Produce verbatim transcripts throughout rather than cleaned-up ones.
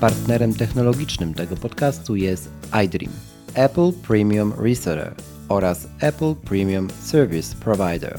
Partnerem technologicznym tego podcastu jest iDream, Apple Premium Reseller oraz Apple Premium Service Provider.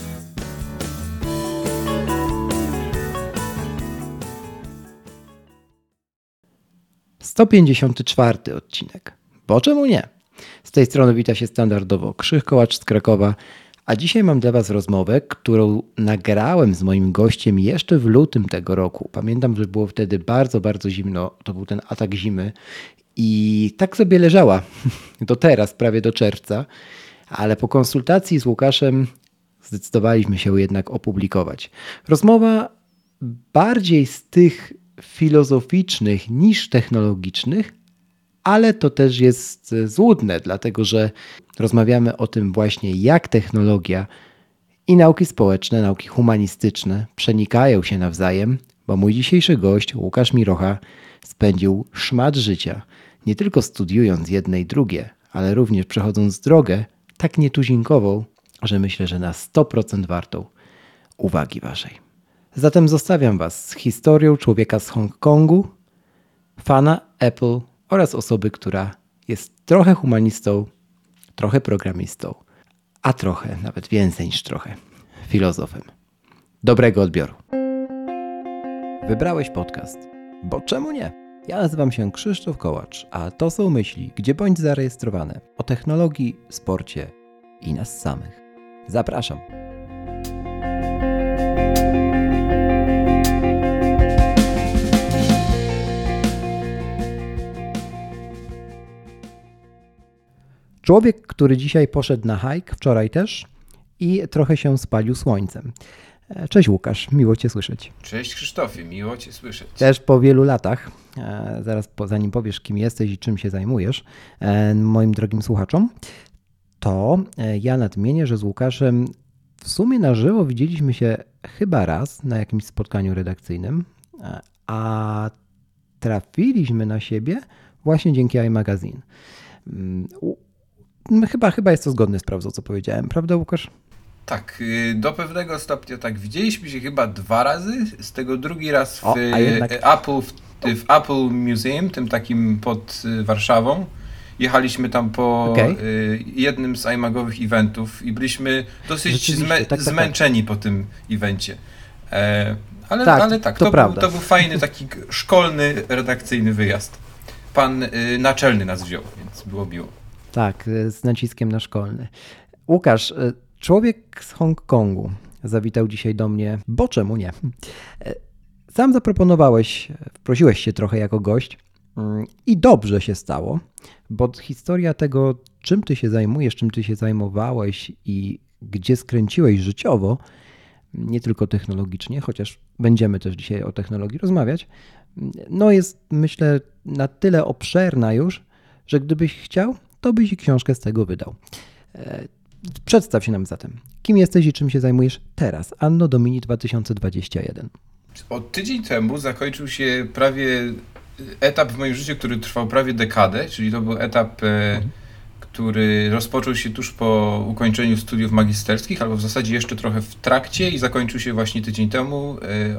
sto pięćdziesiąty czwarty odcinek. Bo czemu nie? Z tej strony wita się standardowo Krzysztof Kołacz z Krakowa, a dzisiaj mam dla Was rozmowę, którą nagrałem z moim gościem jeszcze w lutym tego roku. Pamiętam, że było wtedy bardzo, bardzo zimno. To był ten atak zimy i tak sobie leżała do teraz, prawie do czerwca, ale po konsultacji z Łukaszem zdecydowaliśmy się jednak opublikować. Rozmowa bardziej z tych filozoficznych niż technologicznych, ale to też jest złudne, dlatego że rozmawiamy o tym właśnie, jak technologia i nauki społeczne, nauki humanistyczne przenikają się nawzajem, bo mój dzisiejszy gość, Łukasz Mirocha, spędził szmat życia, nie tylko studiując jedne i drugie, ale również przechodząc drogę tak nietuzinkową, że myślę, że na sto procent wartą uwagi Waszej. Zatem zostawiam Was z historią człowieka z Hongkongu, fana Apple oraz osoby, która jest trochę humanistą, trochę programistą, a trochę, nawet więcej niż trochę, filozofem. Dobrego odbioru. Wybrałeś podcast, bo czemu nie? Ja nazywam się Krzysztof Kołacz, a to są myśli, gdzie bądź zarejestrowane, o technologii, sporcie i nas samych. Zapraszam. Człowiek, który dzisiaj poszedł na hike, wczoraj też, i trochę się spalił słońcem. Cześć Łukasz, miło Cię słyszeć. Cześć Krzysztofie, miło Cię słyszeć. Też po wielu latach, zaraz po, zanim powiesz, kim jesteś i czym się zajmujesz, moim drogim słuchaczom, to ja nadmienię, że z Łukaszem w sumie na żywo widzieliśmy się chyba raz na jakimś spotkaniu redakcyjnym, a trafiliśmy na siebie właśnie dzięki iMagazine. Chyba, chyba jest to zgodne z prawdą, co powiedziałem, prawda Łukasz? Tak, do pewnego stopnia tak. Widzieliśmy się chyba dwa razy, z tego drugi raz w, o, jednak... Apple, w, w Apple Museum, tym takim pod Warszawą. Jechaliśmy tam po okay. jednym z iMagowych eventów i byliśmy dosyć zmę- tak, tak, zmęczeni tak. po tym evencie. E, ale, tak, ale tak, to, to, był, to był fajny taki szkolny, redakcyjny wyjazd. Pan y, naczelny nas wziął, więc było miło. Tak, z naciskiem na szkolny. Łukasz, człowiek z Hongkongu zawitał dzisiaj do mnie, bo czemu nie? Sam zaproponowałeś, wprosiłeś się trochę jako gość i dobrze się stało, bo historia tego, czym ty się zajmujesz, czym ty się zajmowałeś i gdzie skręciłeś życiowo, nie tylko technologicznie, chociaż będziemy też dzisiaj o technologii rozmawiać, no jest, myślę, na tyle obszerna już, że gdybyś chciał, to byś i książkę z tego wydał. Przedstaw się nam zatem. Kim jesteś i czym się zajmujesz teraz? Anno Domini dwa tysiące dwudziesty pierwszy. Od tydzień temu zakończył się prawie etap w moim życiu, który trwał prawie dekadę, czyli to był etap, mhm. który rozpoczął się tuż po ukończeniu studiów magisterskich, albo w zasadzie jeszcze trochę w trakcie i zakończył się właśnie tydzień temu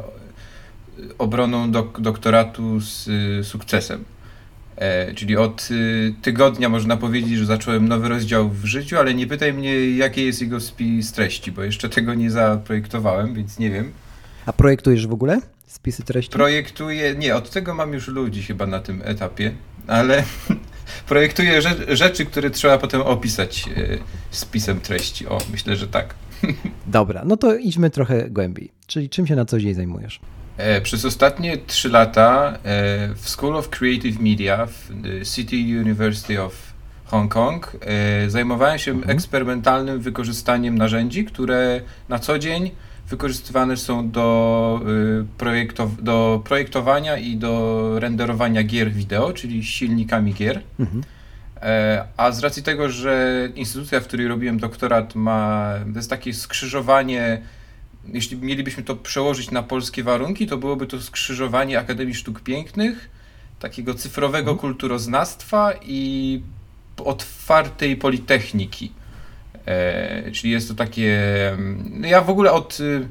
obroną dok- doktoratu z sukcesem. E, czyli od y, tygodnia można powiedzieć, że zacząłem nowy rozdział w życiu, ale nie pytaj mnie, jaki jest jego spis treści, bo jeszcze tego nie zaprojektowałem, więc nie wiem. A projektujesz w ogóle spisy treści? Projektuję, nie, od tego mam już ludzi chyba na tym etapie, ale projektuję rzecz, rzeczy, które trzeba potem opisać y, spisem treści. O, myślę, że tak. Dobra, no to idźmy trochę głębiej. Czyli czym się na co dzień zajmujesz? Przez ostatnie trzy lata w School of Creative Media w City University of Hong Kong zajmowałem się mhm. eksperymentalnym wykorzystaniem narzędzi, które na co dzień wykorzystywane są do, projektow- do projektowania i do renderowania gier wideo, czyli silnikami gier. Mhm. A z racji tego, że instytucja, w której robiłem doktorat, ma, to jest takie skrzyżowanie. Jeśli mielibyśmy to przełożyć na polskie warunki, to byłoby to skrzyżowanie Akademii Sztuk Pięknych, takiego cyfrowego kulturoznawstwa i otwartej politechniki. E, czyli jest to takie... No ja w ogóle od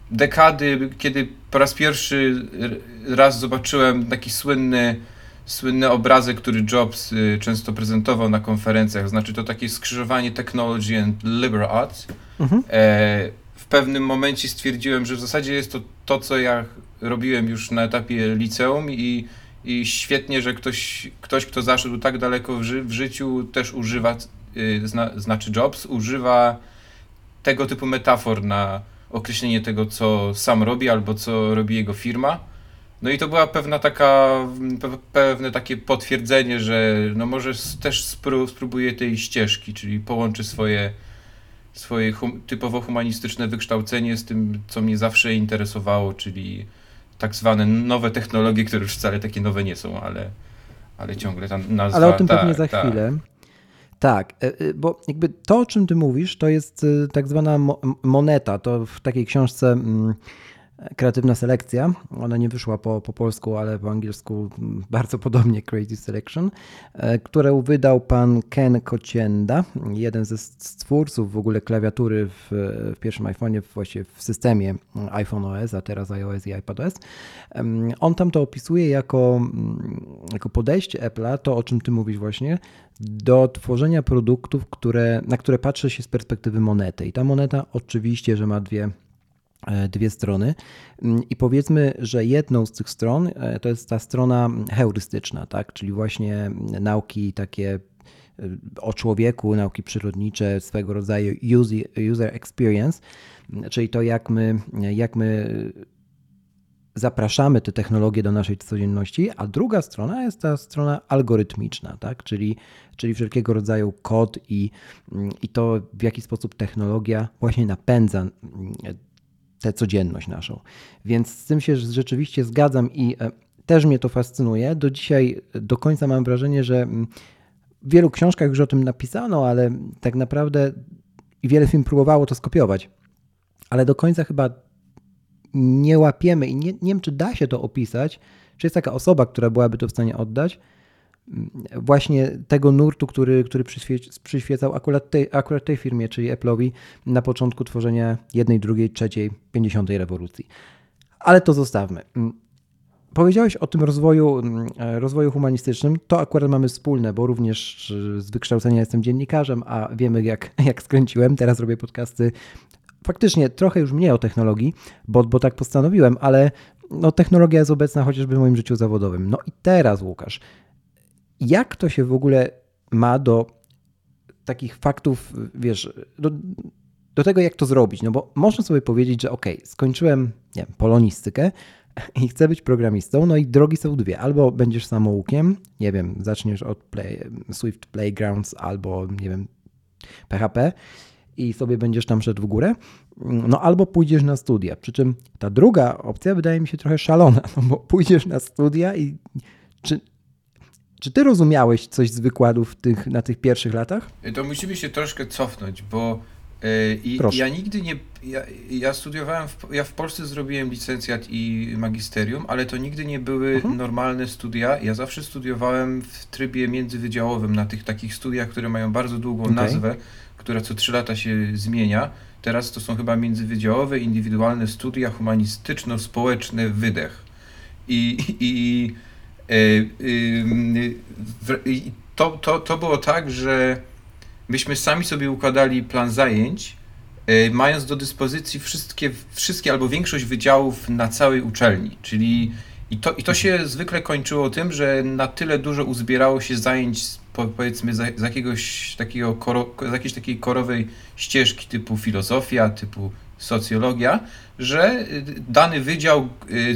dekady, kiedy po raz pierwszy raz zobaczyłem taki słynny, słynny obrazek, który Jobs często prezentował na konferencjach. Znaczy to takie skrzyżowanie technology and liberal arts. Mhm. W pewnym momencie stwierdziłem, że w zasadzie jest to to, co ja robiłem już na etapie liceum i, i świetnie, że ktoś, ktoś, kto zaszedł tak daleko w, ży- w życiu, też używa, zna, znaczy Jobs, używa tego typu metafor na określenie tego, co sam robi albo co robi jego firma. No i to była pewna taka, pe- pewne takie potwierdzenie, że no może s- też spró- spróbuje tej ścieżki, czyli połączy swoje, swoje hum- typowo humanistyczne wykształcenie z tym, co mnie zawsze interesowało, czyli tak zwane nowe technologie, które już wcale takie nowe nie są, ale, ale ciągle ta nazwa... Ale o tym ta, pewnie za ta, chwilę. Tak, bo jakby to, o czym ty mówisz, to jest tak zwana moneta. To w takiej książce Kreatywna selekcja, ona nie wyszła po, po polsku, ale po angielsku bardzo podobnie, Creative Selection, którą wydał pan Ken Kocienda, jeden ze stwórców w ogóle klawiatury w, w pierwszym iPhone'ie, właściwie w systemie iPhone O S, a teraz iOS i iPadOS. On tam to opisuje jako, jako podejście Apple'a, to o czym ty mówisz właśnie, do tworzenia produktów, które, na które patrzy się z perspektywy monety. I ta moneta oczywiście, że ma dwie dwie strony i powiedzmy, że jedną z tych stron to jest ta strona heurystyczna, tak? Czyli właśnie nauki takie o człowieku, nauki przyrodnicze, swego rodzaju user experience, czyli to jak my, jak my zapraszamy te technologie do naszej codzienności, a druga strona jest ta strona algorytmiczna, tak? czyli, czyli wszelkiego rodzaju kod i, i to, w jaki sposób technologia właśnie napędza tę codzienność naszą. Więc z tym się rzeczywiście zgadzam i też mnie to fascynuje. Do dzisiaj do końca mam wrażenie, że w wielu książkach już o tym napisano, ale tak naprawdę i wiele firm próbowało to skopiować, ale do końca chyba nie łapiemy i nie, nie wiem, czy da się to opisać, czy jest taka osoba, która byłaby to w stanie oddać, właśnie tego nurtu, który, który przyświe- przyświecał akurat tej, akurat tej firmie, czyli Apple'owi na początku tworzenia jednej, drugiej, trzeciej, pięćdziesiątej rewolucji. Ale to zostawmy. Powiedziałeś o tym rozwoju, rozwoju humanistycznym. To akurat mamy wspólne, bo również z wykształcenia jestem dziennikarzem, a wiemy jak, jak skręciłem. Teraz robię podcasty faktycznie trochę już mniej o technologii, bo, bo tak postanowiłem, ale no, technologia jest obecna chociażby w moim życiu zawodowym. No i teraz, Łukasz, jak to się w ogóle ma do takich faktów, wiesz, do, do tego, jak to zrobić? No bo można sobie powiedzieć, że okej, okay, skończyłem, nie wiem, polonistykę i chcę być programistą, no i drogi są dwie. Albo będziesz samoukiem, nie wiem, zaczniesz od play, Swift Playgrounds albo, nie wiem, P H P i sobie będziesz tam szedł w górę, no albo pójdziesz na studia. Przy czym ta druga opcja wydaje mi się trochę szalona, no bo pójdziesz na studia i czy Czy ty rozumiałeś coś z wykładów tych, na tych pierwszych latach? To musimy się troszkę cofnąć, bo yy, ja nigdy nie... Ja, ja studiowałem, w, ja w Polsce zrobiłem licencjat i magisterium, ale to nigdy nie były uh-huh. normalne studia. Ja zawsze studiowałem w trybie międzywydziałowym, na tych takich studiach, które mają bardzo długą okay. nazwę, która co trzy lata się zmienia. Teraz to są chyba międzywydziałowe, indywidualne studia humanistyczno-społeczne wydech. I... i To, to, to było tak, że myśmy sami sobie układali plan zajęć, mając do dyspozycji wszystkie, wszystkie albo większość wydziałów na całej uczelni, czyli i to, i to się zwykle kończyło tym, że na tyle dużo uzbierało się zajęć powiedzmy z, z jakiegoś takiego koro, z jakiejś takiej korowej ścieżki typu filozofia, typu socjologia, że dany wydział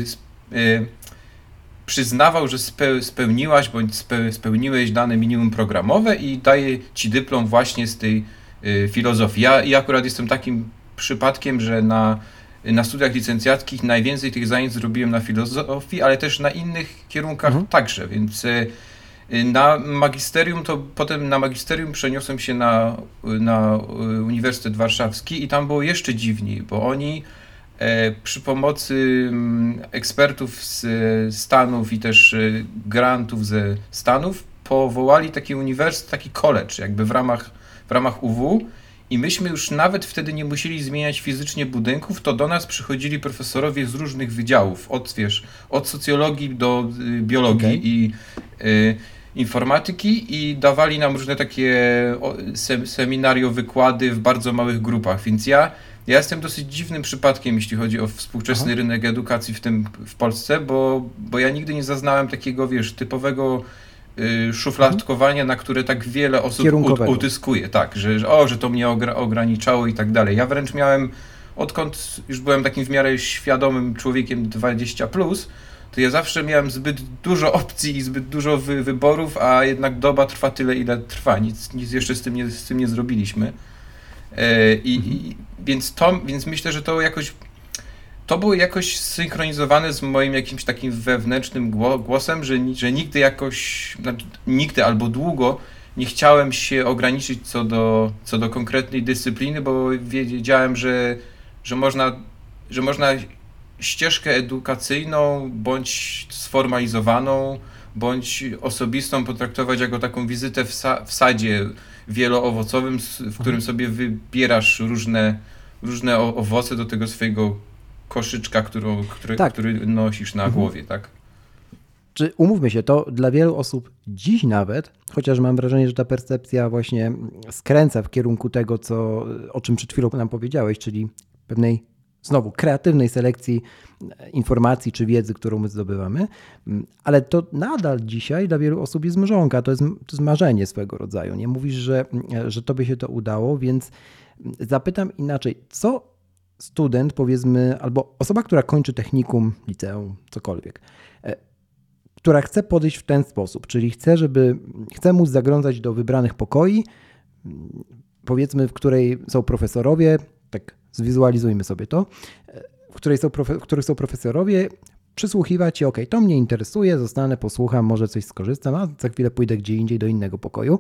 przyznawał, że spełniłaś bądź spełniłeś dane minimum programowe i daje ci dyplom właśnie z tej y, filozofii. Ja, ja akurat jestem takim przypadkiem, że na, na studiach licencjackich najwięcej tych zajęć zrobiłem na filozofii, ale też na innych kierunkach mhm. także, więc y, na magisterium to potem na magisterium przeniosłem się na, na Uniwersytet Warszawski i tam było jeszcze dziwniej, bo oni przy pomocy ekspertów z Stanów i też grantów ze Stanów powołali taki uniwersytet, taki college jakby w ramach, w ramach U W I myśmy już nawet wtedy nie musieli zmieniać fizycznie budynków, to do nas przychodzili profesorowie z różnych wydziałów, od, wiesz, od socjologii do y, biologii okay. i y, informatyki i dawali nam różne takie sem, seminario, wykłady w bardzo małych grupach, więc ja, ja jestem dosyć dziwnym przypadkiem, jeśli chodzi o współczesny Aha. rynek edukacji w tym w Polsce, bo, bo ja nigdy nie zaznałem takiego, wiesz, typowego y, szufladkowania, na które tak wiele osób u, utyskuje, tak, że, że o, że to mnie ogra, ograniczało i tak dalej. Ja wręcz miałem, odkąd już byłem takim w miarę świadomym człowiekiem dwadzieścia plus, to ja zawsze miałem zbyt dużo opcji i zbyt dużo wy, wyborów, a jednak doba trwa tyle, ile trwa. Nic, nic jeszcze z tym nie, z tym nie zrobiliśmy. E, i, mhm. i, więc, to, więc myślę, że to jakoś to było jakoś synchronizowane z moim jakimś takim wewnętrznym głosem, że, że nigdy jakoś, znaczy, nigdy albo długo nie chciałem się ograniczyć co do, co do konkretnej dyscypliny, bo wiedziałem, że, że można, że można ścieżkę edukacyjną, bądź sformalizowaną, bądź osobistą potraktować jako taką wizytę w, sa- w sadzie wieloowocowym, w którym sobie wybierasz różne, różne o- owoce do tego swojego koszyczka, którą, który, tak. który nosisz na mhm. głowie, tak? Czy umówmy się, to dla wielu osób dziś nawet, chociaż mam wrażenie, że ta percepcja właśnie skręca w kierunku tego, co, o czym przed chwilą nam powiedziałeś, czyli pewnej znowu kreatywnej selekcji informacji czy wiedzy, którą my zdobywamy, ale to nadal dzisiaj dla wielu osób jest mrzonka, to jest, to jest marzenie swego rodzaju. Nie mówisz, że, że tobie się to udało, więc zapytam inaczej, co student, powiedzmy, albo osoba, która kończy technikum, liceum, cokolwiek, która chce podejść w ten sposób, czyli chce, żeby, chce móc zaglądać do wybranych pokoi, powiedzmy, w której są profesorowie, tak zwizualizujmy sobie to, w, której są profe- w których są profesorowie, przysłuchiwać się, ok, to mnie interesuje, zostanę, posłucham, może coś skorzystam, a za chwilę pójdę gdzie indziej do innego pokoju.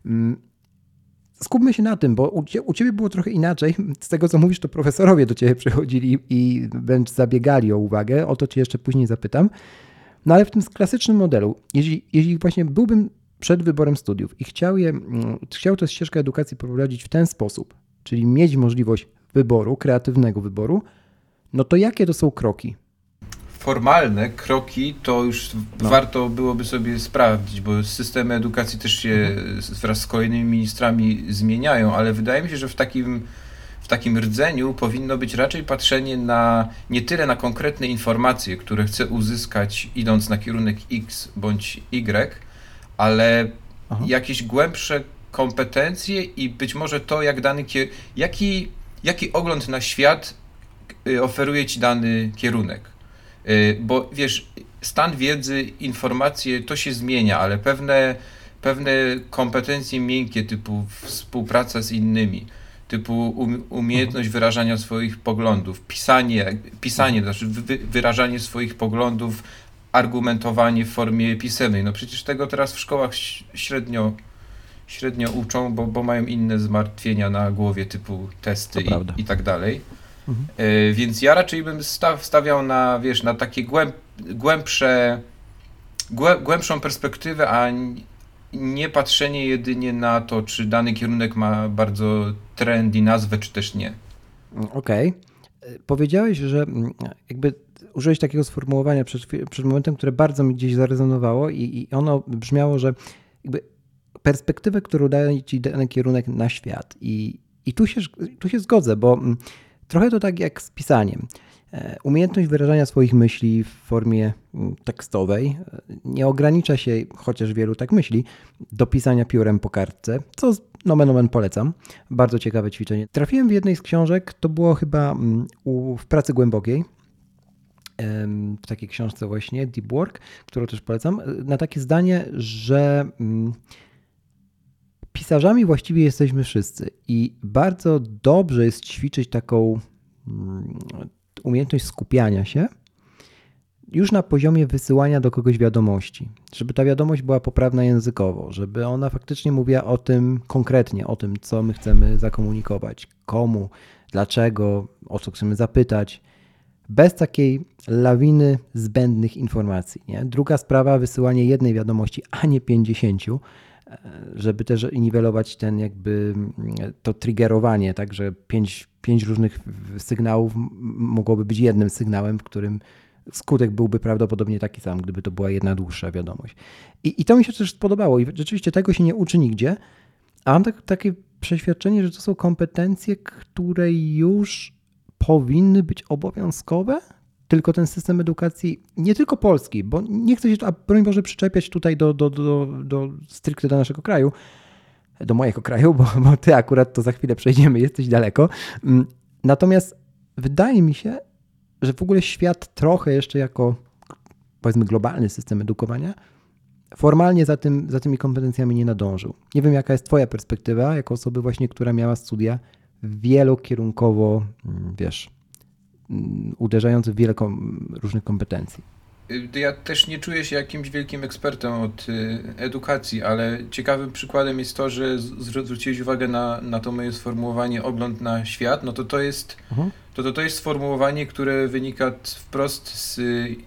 Skupmy się na tym, bo u, cie, u ciebie było trochę inaczej. Z tego, co mówisz, to profesorowie do ciebie przychodzili i wręcz zabiegali o uwagę, o to cię jeszcze później zapytam. No ale w tym klasycznym modelu, jeśli, jeśli właśnie byłbym przed wyborem studiów i chciał, je, chciał tę ścieżkę edukacji prowadzić w ten sposób, czyli mieć możliwość wyboru, kreatywnego wyboru, no to jakie to są kroki? Formalne kroki to już no. warto byłoby sobie sprawdzić, bo systemy edukacji też się mhm. wraz z kolejnymi ministrami zmieniają, ale wydaje mi się, że w takim, w takim rdzeniu powinno być raczej patrzenie na nie tyle na konkretne informacje, które chcę uzyskać idąc na kierunek X bądź Y, ale Aha. jakieś głębsze kompetencje i być może to, jak dany kier... jaki, jaki ogląd na świat oferuje ci dany kierunek. Bo wiesz, stan wiedzy, informacje, to się zmienia, ale pewne, pewne kompetencje miękkie typu współpraca z innymi, typu umiejętność wyrażania swoich poglądów, pisanie, pisanie, to znaczy wy, wyrażanie swoich poglądów, argumentowanie w formie pisemnej. No przecież tego teraz w szkołach średnio, średnio uczą, bo, bo mają inne zmartwienia na głowie typu testy i, i tak dalej. Mhm. Y, więc ja raczej bym staw, stawiał na, wiesz, na takie głęb, głębsze, głę, głębszą perspektywę, a nie patrzenie jedynie na to, czy dany kierunek ma bardzo trendy nazwę, czy też nie. Okej. Okay. Powiedziałeś, że jakby użyłeś takiego sformułowania przed, przed momentem, które bardzo mi gdzieś zarezonowało i, i ono brzmiało, że jakby perspektywę, którą daje ci dany kierunek na świat. I, i tu, się, tu się zgodzę, bo trochę to tak jak z pisaniem. Umiejętność wyrażania swoich myśli w formie tekstowej nie ogranicza się, chociaż wielu tak myśli, do pisania piórem po kartce, co nomen omen polecam. Bardzo ciekawe ćwiczenie. Trafiłem w jednej z książek, to było chyba u, w pracy głębokiej, w takiej książce właśnie, Deep Work, którą też polecam, na takie zdanie, że pisarzami właściwie jesteśmy wszyscy i bardzo dobrze jest ćwiczyć taką umiejętność skupiania się już na poziomie wysyłania do kogoś wiadomości, żeby ta wiadomość była poprawna językowo, żeby ona faktycznie mówiła o tym konkretnie, o tym, co my chcemy zakomunikować, komu, dlaczego, o co chcemy zapytać, bez takiej lawiny zbędnych informacji. Nie? Druga sprawa, wysyłanie jednej wiadomości, a nie pięćdziesięciu, żeby też niwelować ten jakby to triggerowanie, tak, że pięć, pięć różnych sygnałów mogłoby być jednym sygnałem, w którym skutek byłby prawdopodobnie taki sam, gdyby to była jedna dłuższa wiadomość. I, i to mi się też spodobało i rzeczywiście tego się nie uczy nigdzie, a mam tak, takie przeświadczenie, że to są kompetencje, które już powinny być obowiązkowe, tylko ten system edukacji, nie tylko polski, bo nie chcę się, a broń Boże, przyczepiać tutaj do, do, do, do stricte do naszego kraju, do mojego kraju, bo, bo ty akurat to za chwilę przejdziemy, jesteś daleko. Natomiast wydaje mi się, że w ogóle świat trochę jeszcze jako, powiedzmy, globalny system edukowania formalnie za, tym, za tymi kompetencjami nie nadążył. Nie wiem, jaka jest twoja perspektywa, jako osoby właśnie, która miała studia wielokierunkowo, wiesz, uderzające w wiele kom- różnych kompetencji. Ja też nie czuję się jakimś wielkim ekspertem od y, edukacji, ale ciekawym przykładem jest to, że zwróciłeś uwagę na, na to moje sformułowanie ogląd na świat, no to to jest, mhm. to, to, to jest sformułowanie, które wynika wprost z y,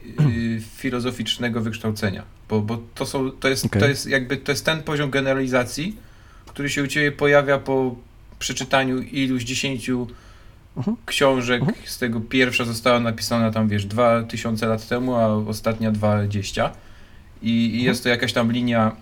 y, filozoficznego wykształcenia, bo, bo to, są, to, jest, okay. to jest jakby to jest ten poziom generalizacji, który się u ciebie pojawia po przeczytaniu iluś dziesięciu Uh-huh. książek, uh-huh. z tego pierwsza została napisana tam, wiesz, dwa tysiące lat temu, a ostatnia dwadzieścia. I, uh-huh. i jest to jakaś tam linia,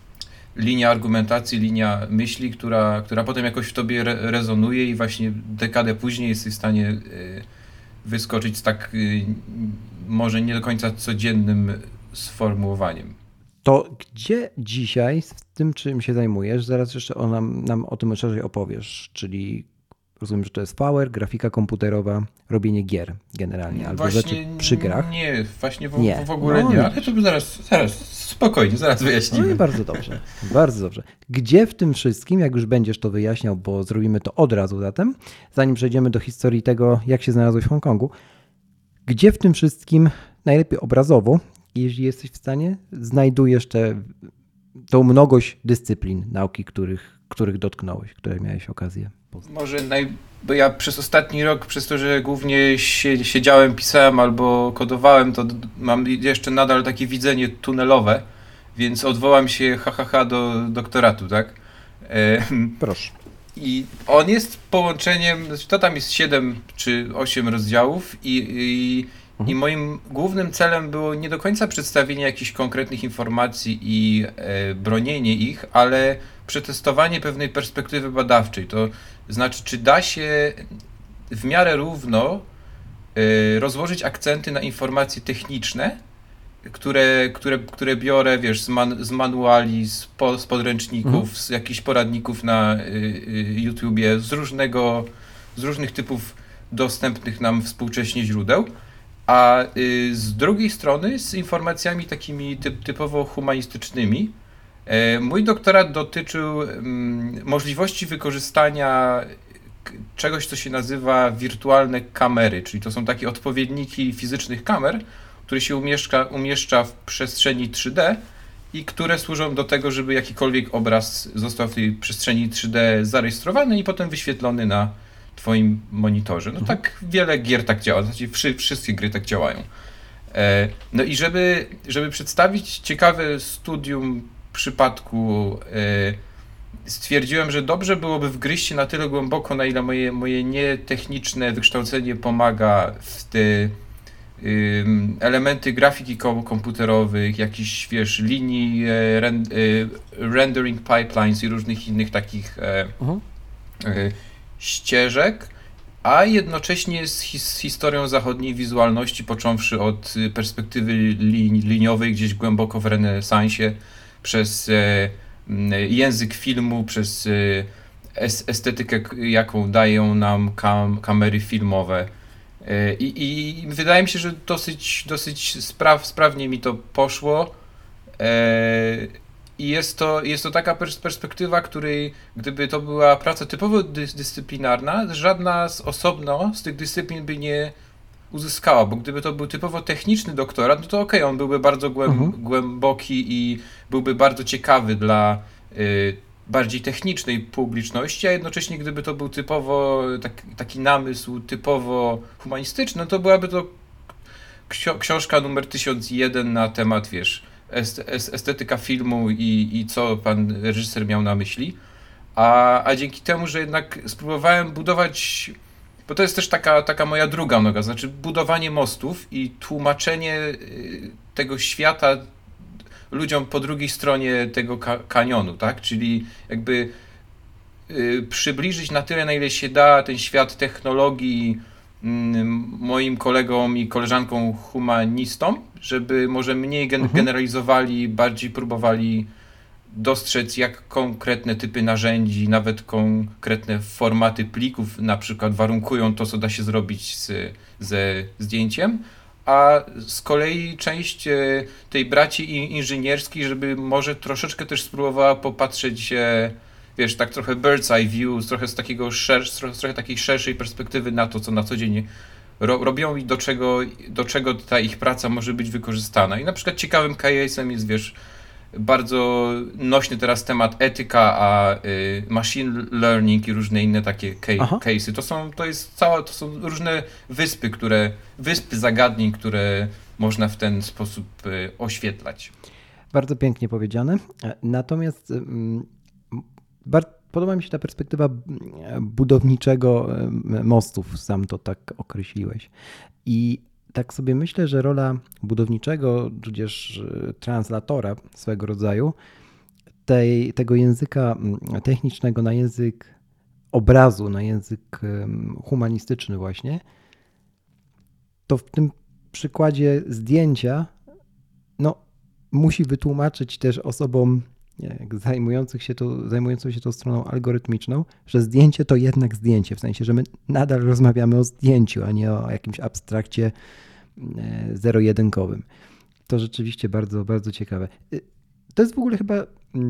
linia argumentacji, linia myśli, która, która potem jakoś w tobie re- rezonuje i właśnie dekadę później jesteś w stanie y, wyskoczyć z tak y, może nie do końca codziennym sformułowaniem. To gdzie dzisiaj z tym, czym się zajmujesz, zaraz jeszcze o nam, nam o tym szerzej opowiesz, czyli rozumiem, że to jest V R, grafika komputerowa, robienie gier generalnie, albo właśnie rzeczy przy grach. Nie, właśnie w, nie. w ogóle no, nie, ale to zaraz, zaraz, spokojnie, zaraz wyjaśnimy. No i bardzo dobrze, bardzo dobrze. Gdzie w tym wszystkim, jak już będziesz to wyjaśniał, bo zrobimy to od razu zatem, zanim przejdziemy do historii tego, jak się znalazłeś w Hongkongu, gdzie w tym wszystkim, najlepiej obrazowo, jeśli jesteś w stanie, znajdujesz tę tą mnogość dyscyplin nauki, których, których dotknąłeś, które miałeś okazję poznać? Może naj... bo ja przez ostatni rok, przez to, że głównie sie... siedziałem, pisałem albo kodowałem, to mam jeszcze nadal takie widzenie tunelowe, więc odwołam się ha, ha, ha do doktoratu, tak? E... Proszę. I on jest połączeniem, to tam jest siedem czy osiem rozdziałów i, i, mhm. i moim głównym celem było nie do końca przedstawienie jakichś konkretnych informacji i e, bronienie ich, ale przetestowanie pewnej perspektywy badawczej. To znaczy, czy da się w miarę równo e, rozłożyć akcenty na informacje techniczne, które, które, które biorę, wiesz, z, man, z manuali, z, po, z podręczników, mhm. z jakichś poradników na y, y, YouTubie, z różnego, z różnych typów dostępnych nam współcześnie źródeł, a y, z drugiej strony z informacjami takimi typ, typowo humanistycznymi. E, mój doktorat dotyczył mm, możliwości wykorzystania czegoś, co się nazywa wirtualne kamery, czyli to są takie odpowiedniki fizycznych kamer, które się umieszcza, umieszcza w przestrzeni trzy D i które służą do tego, żeby jakikolwiek obraz został w tej przestrzeni trzy D zarejestrowany i potem wyświetlony na twoim monitorze. No mhm. tak wiele gier tak działa, znaczy wszy, wszystkie gry tak działają. E, no i żeby, żeby przedstawić ciekawe studium przypadku, e, stwierdziłem, że dobrze byłoby wgryźć się na tyle głęboko, na ile moje, moje nietechniczne wykształcenie pomaga w te elementy grafiki komputerowych, jakichś, wiesz, linii, rendering pipelines i różnych innych takich uh-huh. ścieżek, a jednocześnie z, his, z historią zachodniej wizualności, począwszy od perspektywy lin, liniowej gdzieś głęboko w renesansie, przez język filmu, przez estetykę, jaką dają nam kam, kamery filmowe. I, i wydaje mi się, że dosyć, dosyć spraw, sprawnie mi to poszło i jest to, jest to taka perspektywa, której gdyby to była praca typowo dys, dyscyplinarna, żadna z osobno z tych dyscyplin by nie uzyskała, bo gdyby to był typowo techniczny doktorat, no to okej, okay, on byłby bardzo głęb, mhm. głęboki i byłby bardzo ciekawy dla y, bardziej technicznej publiczności, a jednocześnie gdyby to był typowo tak, taki namysł typowo humanistyczny, no to byłaby to ksio- książka numer tysiąc jeden na temat, wiesz, estetyka filmu i, i co pan reżyser miał na myśli. A, a dzięki temu, że jednak spróbowałem budować, bo to jest też taka, taka moja druga noga, znaczy budowanie mostów i tłumaczenie tego świata ludziom po drugiej stronie tego ka- kanionu, tak? Czyli jakby y, przybliżyć na tyle, na ile się da ten świat technologii y, moim kolegom i koleżankom humanistom, żeby może mniej gen- mhm. generalizowali, bardziej próbowali dostrzec, jak konkretne typy narzędzi, nawet konkretne formaty plików na przykład warunkują to, co da się zrobić z, ze zdjęciem, a z kolei część tej braci inżynierskiej, żeby może troszeczkę też spróbowała popatrzeć, wiesz, tak trochę bird's eye view, trochę z takiego szer- trochę, trochę takiej szerszej perspektywy na to, co na co dzień ro- robią i do czego, do czego ta ich praca może być wykorzystana. I na przykład ciekawym case'em jest, wiesz, bardzo nośny teraz temat etyka, a y, machine learning i różne inne takie ca- case'y. To są, to jest cała, to są różne wyspy, które, wyspy zagadnień, które można w ten sposób y, oświetlać. Bardzo pięknie powiedziane. Natomiast mm, bar- podoba mi się ta perspektywa budowniczego mostów, sam to tak określiłeś. I tak sobie myślę, że rola budowniczego, tudzież translatora swego rodzaju, tej, tego języka technicznego na język obrazu, na język humanistyczny właśnie, to w tym przykładzie zdjęcia no, musi wytłumaczyć też osobom jak zajmujących się to, zajmującym się tą stroną algorytmiczną, że zdjęcie to jednak zdjęcie, w sensie, że my nadal rozmawiamy o zdjęciu, a nie o jakimś abstrakcie zero-jedynkowym. To rzeczywiście bardzo, bardzo ciekawe. To jest w ogóle chyba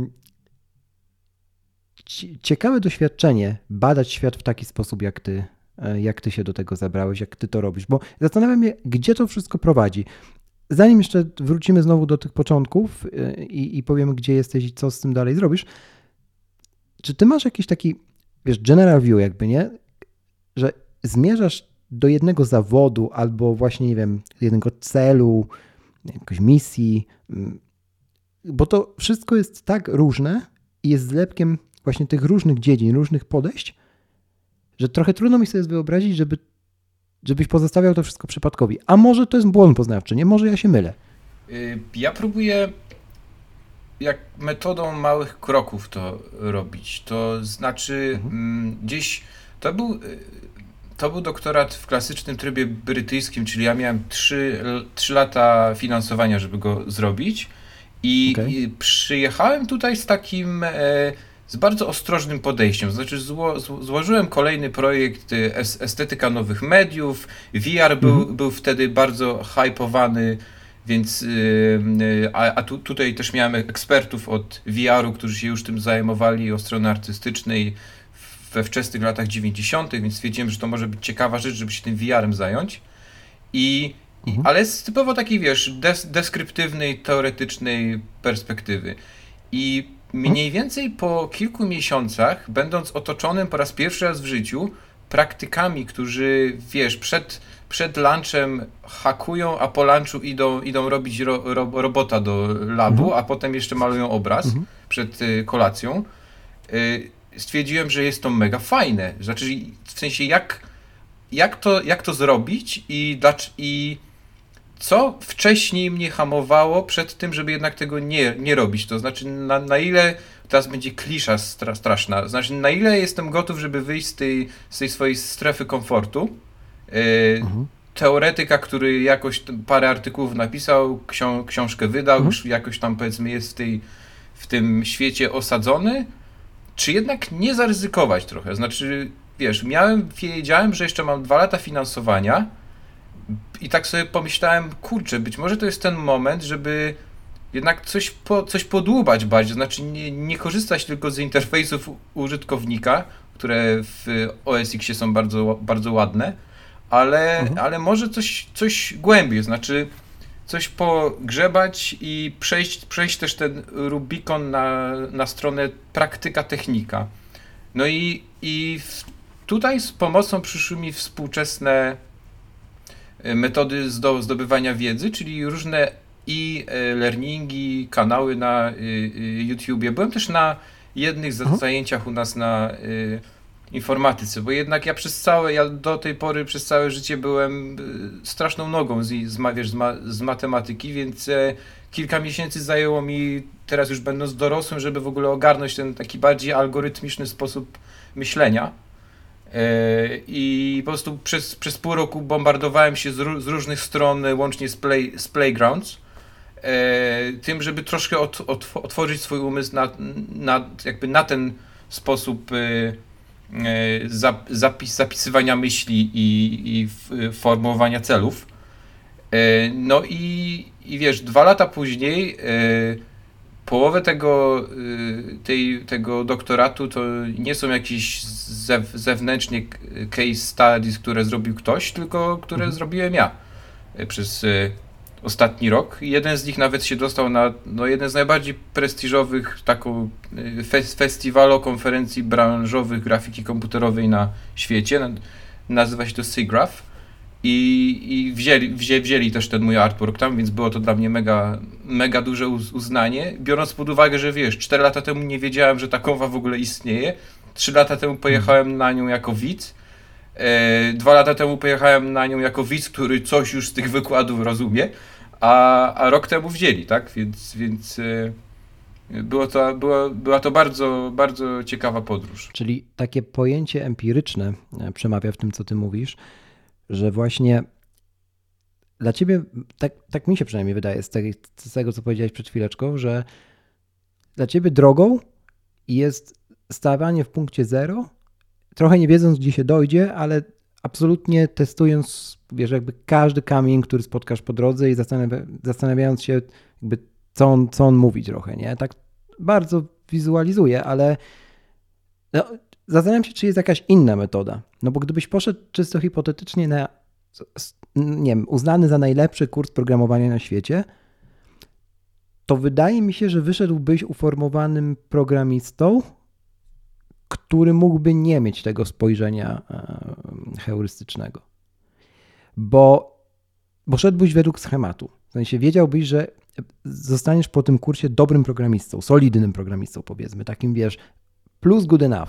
ciekawe doświadczenie, badać świat w taki sposób, jak ty, jak ty się do tego zabrałeś, jak ty to robisz, bo zastanawiam się, gdzie to wszystko prowadzi. Zanim jeszcze wrócimy znowu do tych początków i, i powiemy, gdzie jesteś i co z tym dalej zrobisz, czy ty masz jakiś taki, wiesz, general view jakby, nie? Że zmierzasz do jednego zawodu albo właśnie, nie wiem, jednego celu, jakiejś misji, bo to wszystko jest tak różne i jest zlepkiem właśnie tych różnych dziedzin, różnych podejść, że trochę trudno mi sobie wyobrazić, żeby żebyś pozostawiał to wszystko przypadkowi. A może to jest błąd poznawczy, nie? Może ja się mylę. Ja próbuję jak metodą małych kroków to robić. To znaczy mhm. gdzieś to był, to był doktorat w klasycznym trybie brytyjskim, czyli ja miałem trzy lata finansowania, żeby go zrobić i, okay. i przyjechałem tutaj z takim z bardzo ostrożnym podejściem. Znaczy zło, złożyłem kolejny projekt estetyka nowych mediów. V R był, mhm. był wtedy bardzo hypowany, więc a, a tu, tutaj też miałem ekspertów od V R-u, którzy się już tym zajmowali od strony artystycznej we wczesnych latach dziewięćdziesiątych, więc stwierdziłem, że to może być ciekawa rzecz, żeby się tym V R-em zająć. I, mhm. ale z typowo takiej, wiesz, des, deskryptywnej, teoretycznej perspektywy. I mniej więcej po kilku miesiącach, będąc otoczonym po raz pierwszy raz w życiu praktykami, którzy, wiesz, przed, przed lunchem hakują, a po lunchu idą, idą robić ro, ro, robota do labu, mhm. a potem jeszcze malują obraz mhm. przed y, kolacją, y, stwierdziłem, że jest to mega fajne. Znaczy, w sensie jak, jak, to, jak to zrobić i, i co wcześniej mnie hamowało przed tym, żeby jednak tego nie, nie robić. To znaczy, na, na ile, teraz będzie klisza stra, straszna, znaczy na ile jestem gotów, żeby wyjść z tej, z tej swojej strefy komfortu. Yy, mhm. Teoretyka, który jakoś parę artykułów napisał, ksią, książkę wydał, mhm. już jakoś tam powiedzmy jest w, tej, w tym świecie osadzony, czy jednak nie zaryzykować trochę. Znaczy, wiesz, miałem, wiedziałem, że jeszcze mam dwa lata finansowania, i tak sobie pomyślałem, kurczę, być może to jest ten moment, żeby jednak coś, po, coś podłubać bardziej, znaczy nie, nie korzystać tylko z interfejsów użytkownika, które w O S X-ie są bardzo, bardzo ładne, ale, mhm. ale może coś, coś głębiej, znaczy coś pogrzebać i przejść, przejść też ten Rubikon na, na stronę praktyka technika. No i, i w, tutaj z pomocą przyszły mi współczesne metody zdobywania wiedzy, czyli różne i learningi, kanały na YouTubie. Byłem też na jednych z zajęciach u nas na informatyce, bo jednak ja przez całe, ja do tej pory przez całe życie byłem straszną nogą z, z, wiesz, z, ma, z matematyki, więc kilka miesięcy zajęło mi, teraz już będąc dorosłym, żeby w ogóle ogarnąć ten taki bardziej algorytmiczny sposób myślenia. I po prostu przez, przez pół roku bombardowałem się z, ró- z różnych stron, łącznie z, play, z Playgrounds, tym, żeby troszkę ot, ot, otworzyć swój umysł na, na, jakby na ten sposób zapis, zapisywania myśli i, i formułowania celów. No i, i wiesz, dwa lata później połowę tego, tej, tego doktoratu to nie są jakieś zew, zewnętrznie case studies, które zrobił ktoś, tylko które mhm. zrobiłem ja przez ostatni rok. Jeden z nich nawet się dostał na no, jeden z najbardziej prestiżowych taką fes, festiwalu konferencji branżowych grafiki komputerowej na świecie. Nazywa się to SIGGRAPH. I, i wzięli, wzię, wzięli też ten mój artwork tam, więc było to dla mnie mega, mega duże uznanie, biorąc pod uwagę, że wiesz, cztery lata temu nie wiedziałem, że ta konfa w ogóle istnieje, trzy lata temu pojechałem na nią jako widz, e, dwa lata temu pojechałem na nią jako widz, który coś już z tych wykładów rozumie, a, a rok temu wzięli, tak, więc, więc e, było to, było, była to bardzo, bardzo ciekawa podróż. Czyli takie pojęcie empiryczne przemawia w tym, co ty mówisz, że właśnie dla ciebie, tak, tak mi się przynajmniej wydaje z tego, z tego, co powiedziałeś przed chwileczką, że dla ciebie drogą jest stawianie w punkcie zero, trochę nie wiedząc, gdzie się dojdzie, ale absolutnie testując, wiesz, jakby każdy kamień, który spotkasz po drodze i zastanawia, zastanawiając się, jakby co on, co on mówi trochę, nie? Tak bardzo wizualizuję, ale no, zastanawiam się, czy jest jakaś inna metoda. No bo gdybyś poszedł czysto hipotetycznie na, nie wiem, uznany za najlepszy kurs programowania na świecie, to wydaje mi się, że wyszedłbyś uformowanym programistą, który mógłby nie mieć tego spojrzenia heurystycznego. Bo, bo szedłbyś według schematu. W sensie wiedziałbyś, że zostaniesz po tym kursie dobrym programistą, solidnym programistą, powiedzmy, takim, wiesz, plus good enough.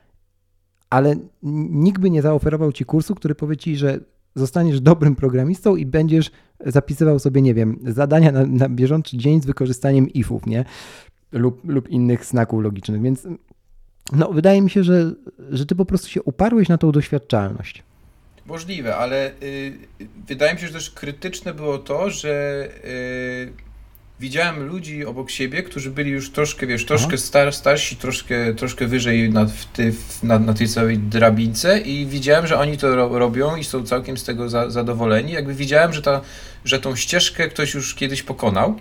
Ale nikt by nie zaoferował ci kursu, który powie ci, że zostaniesz dobrym programistą i będziesz zapisywał sobie, nie wiem, zadania na, na bieżący dzień z wykorzystaniem ifów, nie? Lub, lub innych znaków logicznych. Więc no, wydaje mi się, że, że ty po prostu się uparłeś na tą doświadczalność. Możliwe, ale y, wydaje mi się, że też krytyczne było to, że y, widziałem ludzi obok siebie, którzy byli już troszkę, wiesz, troszkę star, starsi, troszkę, troszkę wyżej na, w ty, w, na, na tej całej drabince i widziałem, że oni to ro, robią i są całkiem z tego za, zadowoleni. Jakby widziałem, że, ta, że tą ścieżkę ktoś już kiedyś pokonał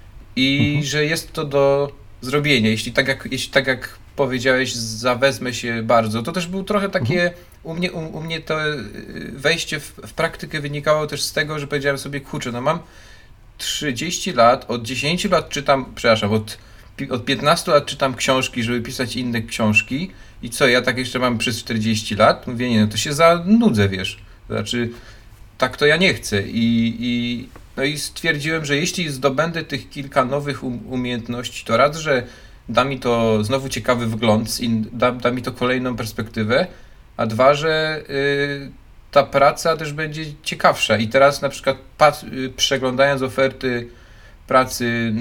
i mhm. że jest to do zrobienia. Jeśli tak jak, jeśli tak jak powiedziałeś, zawezmę się bardzo, to też był trochę takie, mhm. u, mnie, u, u mnie to wejście w, w praktykę wynikało też z tego, że powiedziałem sobie, kurczę, no mam trzydzieści lat, od dziesięciu lat czytam, przepraszam, od, od piętnastu lat czytam książki, żeby pisać inne książki i co, ja tak jeszcze mam przez czterdzieści lat? Mówię, nie, no to się zanudzę, wiesz, to znaczy, tak to ja nie chcę i, i, no i stwierdziłem, że jeśli zdobędę tych kilka nowych um, umiejętności, to raz, że da mi to znowu ciekawy wgląd, da, da mi to kolejną perspektywę, a dwa, że yy, ta praca też będzie ciekawsza. I teraz na przykład pat, przeglądając oferty pracy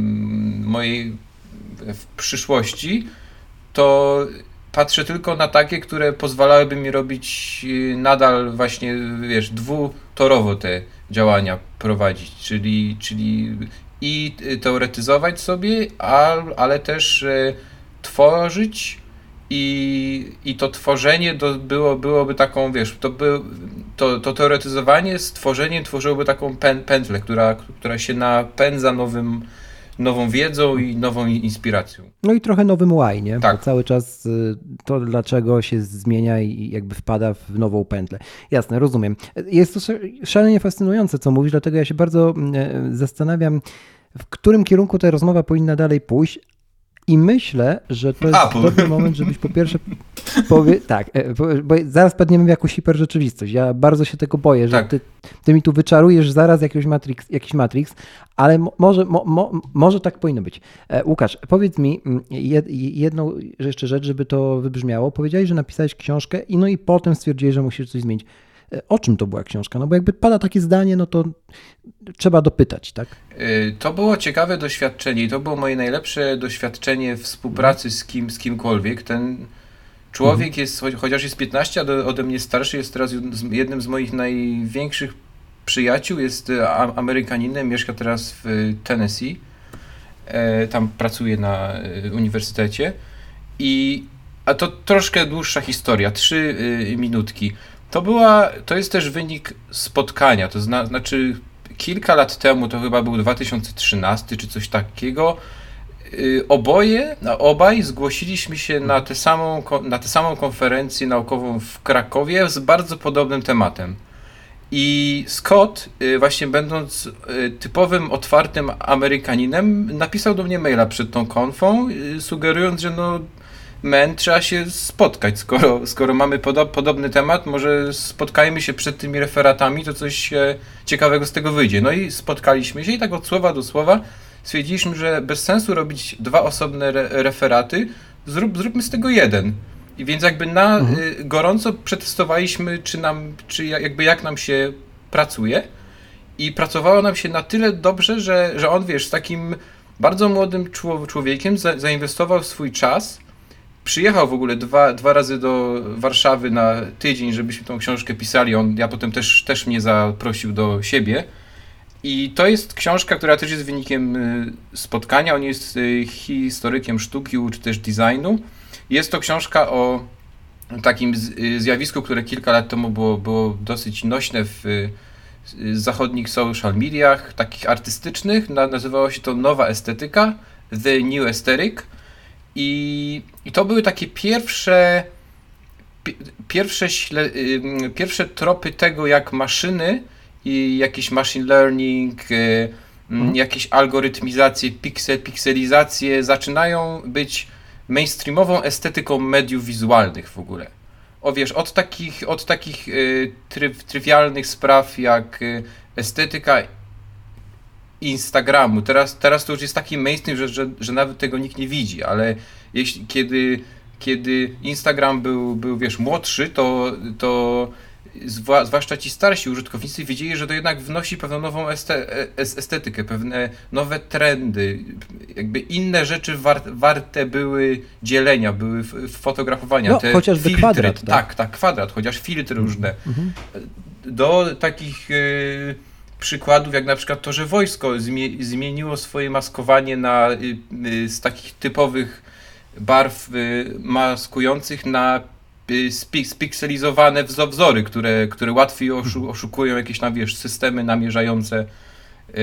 mojej w przyszłości, to patrzę tylko na takie, które pozwalałyby mi robić nadal właśnie, wiesz, dwutorowo te działania prowadzić, czyli, czyli i teoretyzować sobie, ale też tworzyć. I, I to tworzenie do, było, byłoby taką, wiesz, to, by, to, to teoretyzowanie z tworzeniem tworzyłoby taką pę, pętlę, która, która się napędza nowym, nową wiedzą i nową inspiracją. No i trochę nowym łaj, nie? Tak. Bo cały czas to, dlaczego się zmienia i jakby wpada w nową pętlę. Jasne, rozumiem. Jest to szalenie fascynujące, co mówisz, dlatego ja się bardzo zastanawiam, w którym kierunku ta rozmowa powinna dalej pójść, I myślę, że to jest Apple. dobry moment, żebyś po pierwsze powie... Tak, bo, bo zaraz padniemy w jakąś hiperrzeczywistość. Ja bardzo się tego boję, że Tak. ty, ty mi tu wyczarujesz zaraz jakiegoś Matrix, jakiś Matrix, ale mo, może, mo, mo, może tak powinno być. E, Łukasz, powiedz mi jed, jedną jeszcze rzecz, żeby to wybrzmiało. Powiedziałeś, że napisałeś książkę i no i potem stwierdziłeś, że musisz coś zmienić. O czym to była książka? No bo jakby pada takie zdanie, no to trzeba dopytać, tak? To było ciekawe doświadczenie i to było moje najlepsze doświadczenie współpracy z kim, z kimkolwiek. Ten człowiek mhm. jest, chociaż jest piętnaście, a ode mnie starszy, jest teraz jednym z moich największych przyjaciół, jest Amerykaninem, mieszka teraz w Tennessee, tam pracuje na uniwersytecie i a to troszkę dłuższa historia, trzy minutki. To była, to jest też wynik spotkania, to zna, znaczy kilka lat temu, to chyba był dwa tysiące trzynasty czy coś takiego, yy, oboje, obaj zgłosiliśmy się na tę samą, na tę samą konferencję naukową w Krakowie z bardzo podobnym tematem. I Scott, yy, właśnie będąc yy, typowym, otwartym Amerykaninem, napisał do mnie maila przed tą konfą, yy, sugerując, że no men, trzeba się spotkać, skoro, skoro mamy podo- podobny temat, może spotkajmy się przed tymi referatami, to coś e, ciekawego z tego wyjdzie. No i spotkaliśmy się i tak od słowa do słowa stwierdziliśmy, że bez sensu robić dwa osobne re- referaty, zrób, zróbmy z tego jeden. I więc jakby na mhm. y, gorąco przetestowaliśmy, czy nam, czy jakby jak nam się pracuje i pracowało nam się na tyle dobrze, że, że on, wiesz, z takim bardzo młodym człowiekiem za- zainwestował w swój czas. Przyjechał w ogóle dwa, dwa razy do Warszawy na tydzień, żebyśmy tą książkę pisali. On, ja potem też, też mnie zaprosił do siebie. I to jest książka, która też jest wynikiem spotkania. On jest historykiem sztuki czy też designu. Jest to książka o takim zjawisku, które kilka lat temu było, było dosyć nośne w zachodnich social mediach, takich artystycznych. Nazywało się to Nowa Estetyka, The New Aesthetic. I, I to były takie pierwsze, pi, pierwsze, śle, y, pierwsze tropy tego, jak maszyny i jakiś machine learning, y, mhm. jakieś algorytmizacje, piksel, pikselizacje zaczynają być mainstreamową estetyką mediów wizualnych w ogóle. O wiesz, od takich, od takich y, tryw, trywialnych spraw jak y, estetyka Instagramu. Teraz, teraz to już jest taki mainstream, że, że, że nawet tego nikt nie widzi, ale jeśli, kiedy, kiedy Instagram był, był wiesz, młodszy, to, to zwła, zwłaszcza ci starsi użytkownicy widzieli, że to jednak wnosi pewną nową este, estetykę, pewne nowe trendy, jakby inne rzeczy war, warte były dzielenia, były fotografowania. No, te chociażby filtry, kwadrat. Tak, tak, tak, kwadrat, chociaż filtry różne. Mhm. Do takich y, przykładów, jak na przykład to, że wojsko zmie- zmieniło swoje maskowanie na, y, y, z takich typowych barw y, maskujących na y, spik- spikselizowane wzo- wzory, które, które łatwiej oszu- oszukują jakieś tam, wiesz, systemy namierzające y,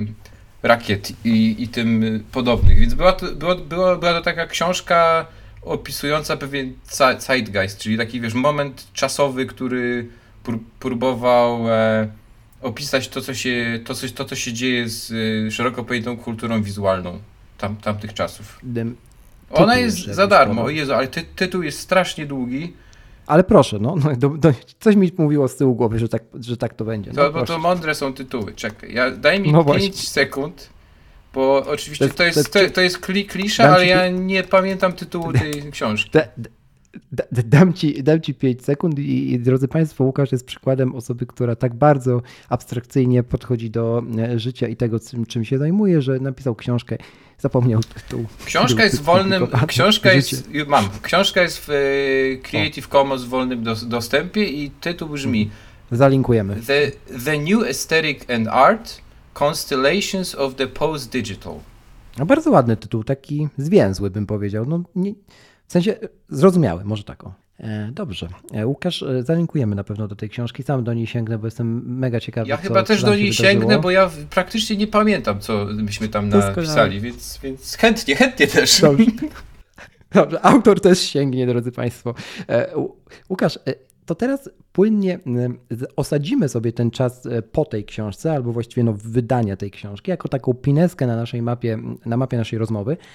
rakiet i, i tym podobnych. Więc była to, była, była, była to taka książka opisująca pewien zeitgeist, czyli taki, wiesz, moment czasowy, który pró- próbował e, opisać to, co się, to, co, to, co się dzieje z y, szeroko pojętą kulturą wizualną tam, tamtych czasów. Dem, Ona jest za darmo, o Jezu, ale ty, tytuł jest strasznie długi. Ale proszę, no, no do, do, coś mi mówiło z tyłu głowy, że tak, że tak to będzie. No, to, bo to mądre są tytuły, czekaj, ja, daj mi no pięć sekund, bo oczywiście to jest, to jest, to jest kli, klisza, ale ja nie pamiętam tytułu tej książki. Da, da, dam ci, dam ci pięć sekund i, i drodzy Państwo, Łukasz jest przykładem osoby, która tak bardzo abstrakcyjnie podchodzi do życia i tego, czym, czym się zajmuje, że napisał książkę, zapomniał tytuł. Książka jest w wolnym, książka jest, mam, książka jest w Creative Commons w wolnym dos, dostępie i tytuł brzmi Zalinkujemy. The, the New Aesthetic and Art Constellations of the Post-Digital. No bardzo ładny tytuł, taki zwięzły bym powiedział. No, nie, w sensie zrozumiały, może tak o. E, dobrze. E, Łukasz, e, zalinkujemy na pewno do tej książki. Sam do niej sięgnę, bo jestem mega ciekawy. Ja co, chyba też co do niej się sięgnę, bo ja praktycznie nie pamiętam, co myśmy tam napisali, więc, więc chętnie, chętnie też. Dobrze. Dobrze, autor też sięgnie, drodzy Państwo. E, Łukasz, e, to teraz płynnie osadzimy sobie ten czas po tej książce, albo właściwie no wydania tej książki, jako taką pineskę na naszej mapie, na mapie naszej rozmowy.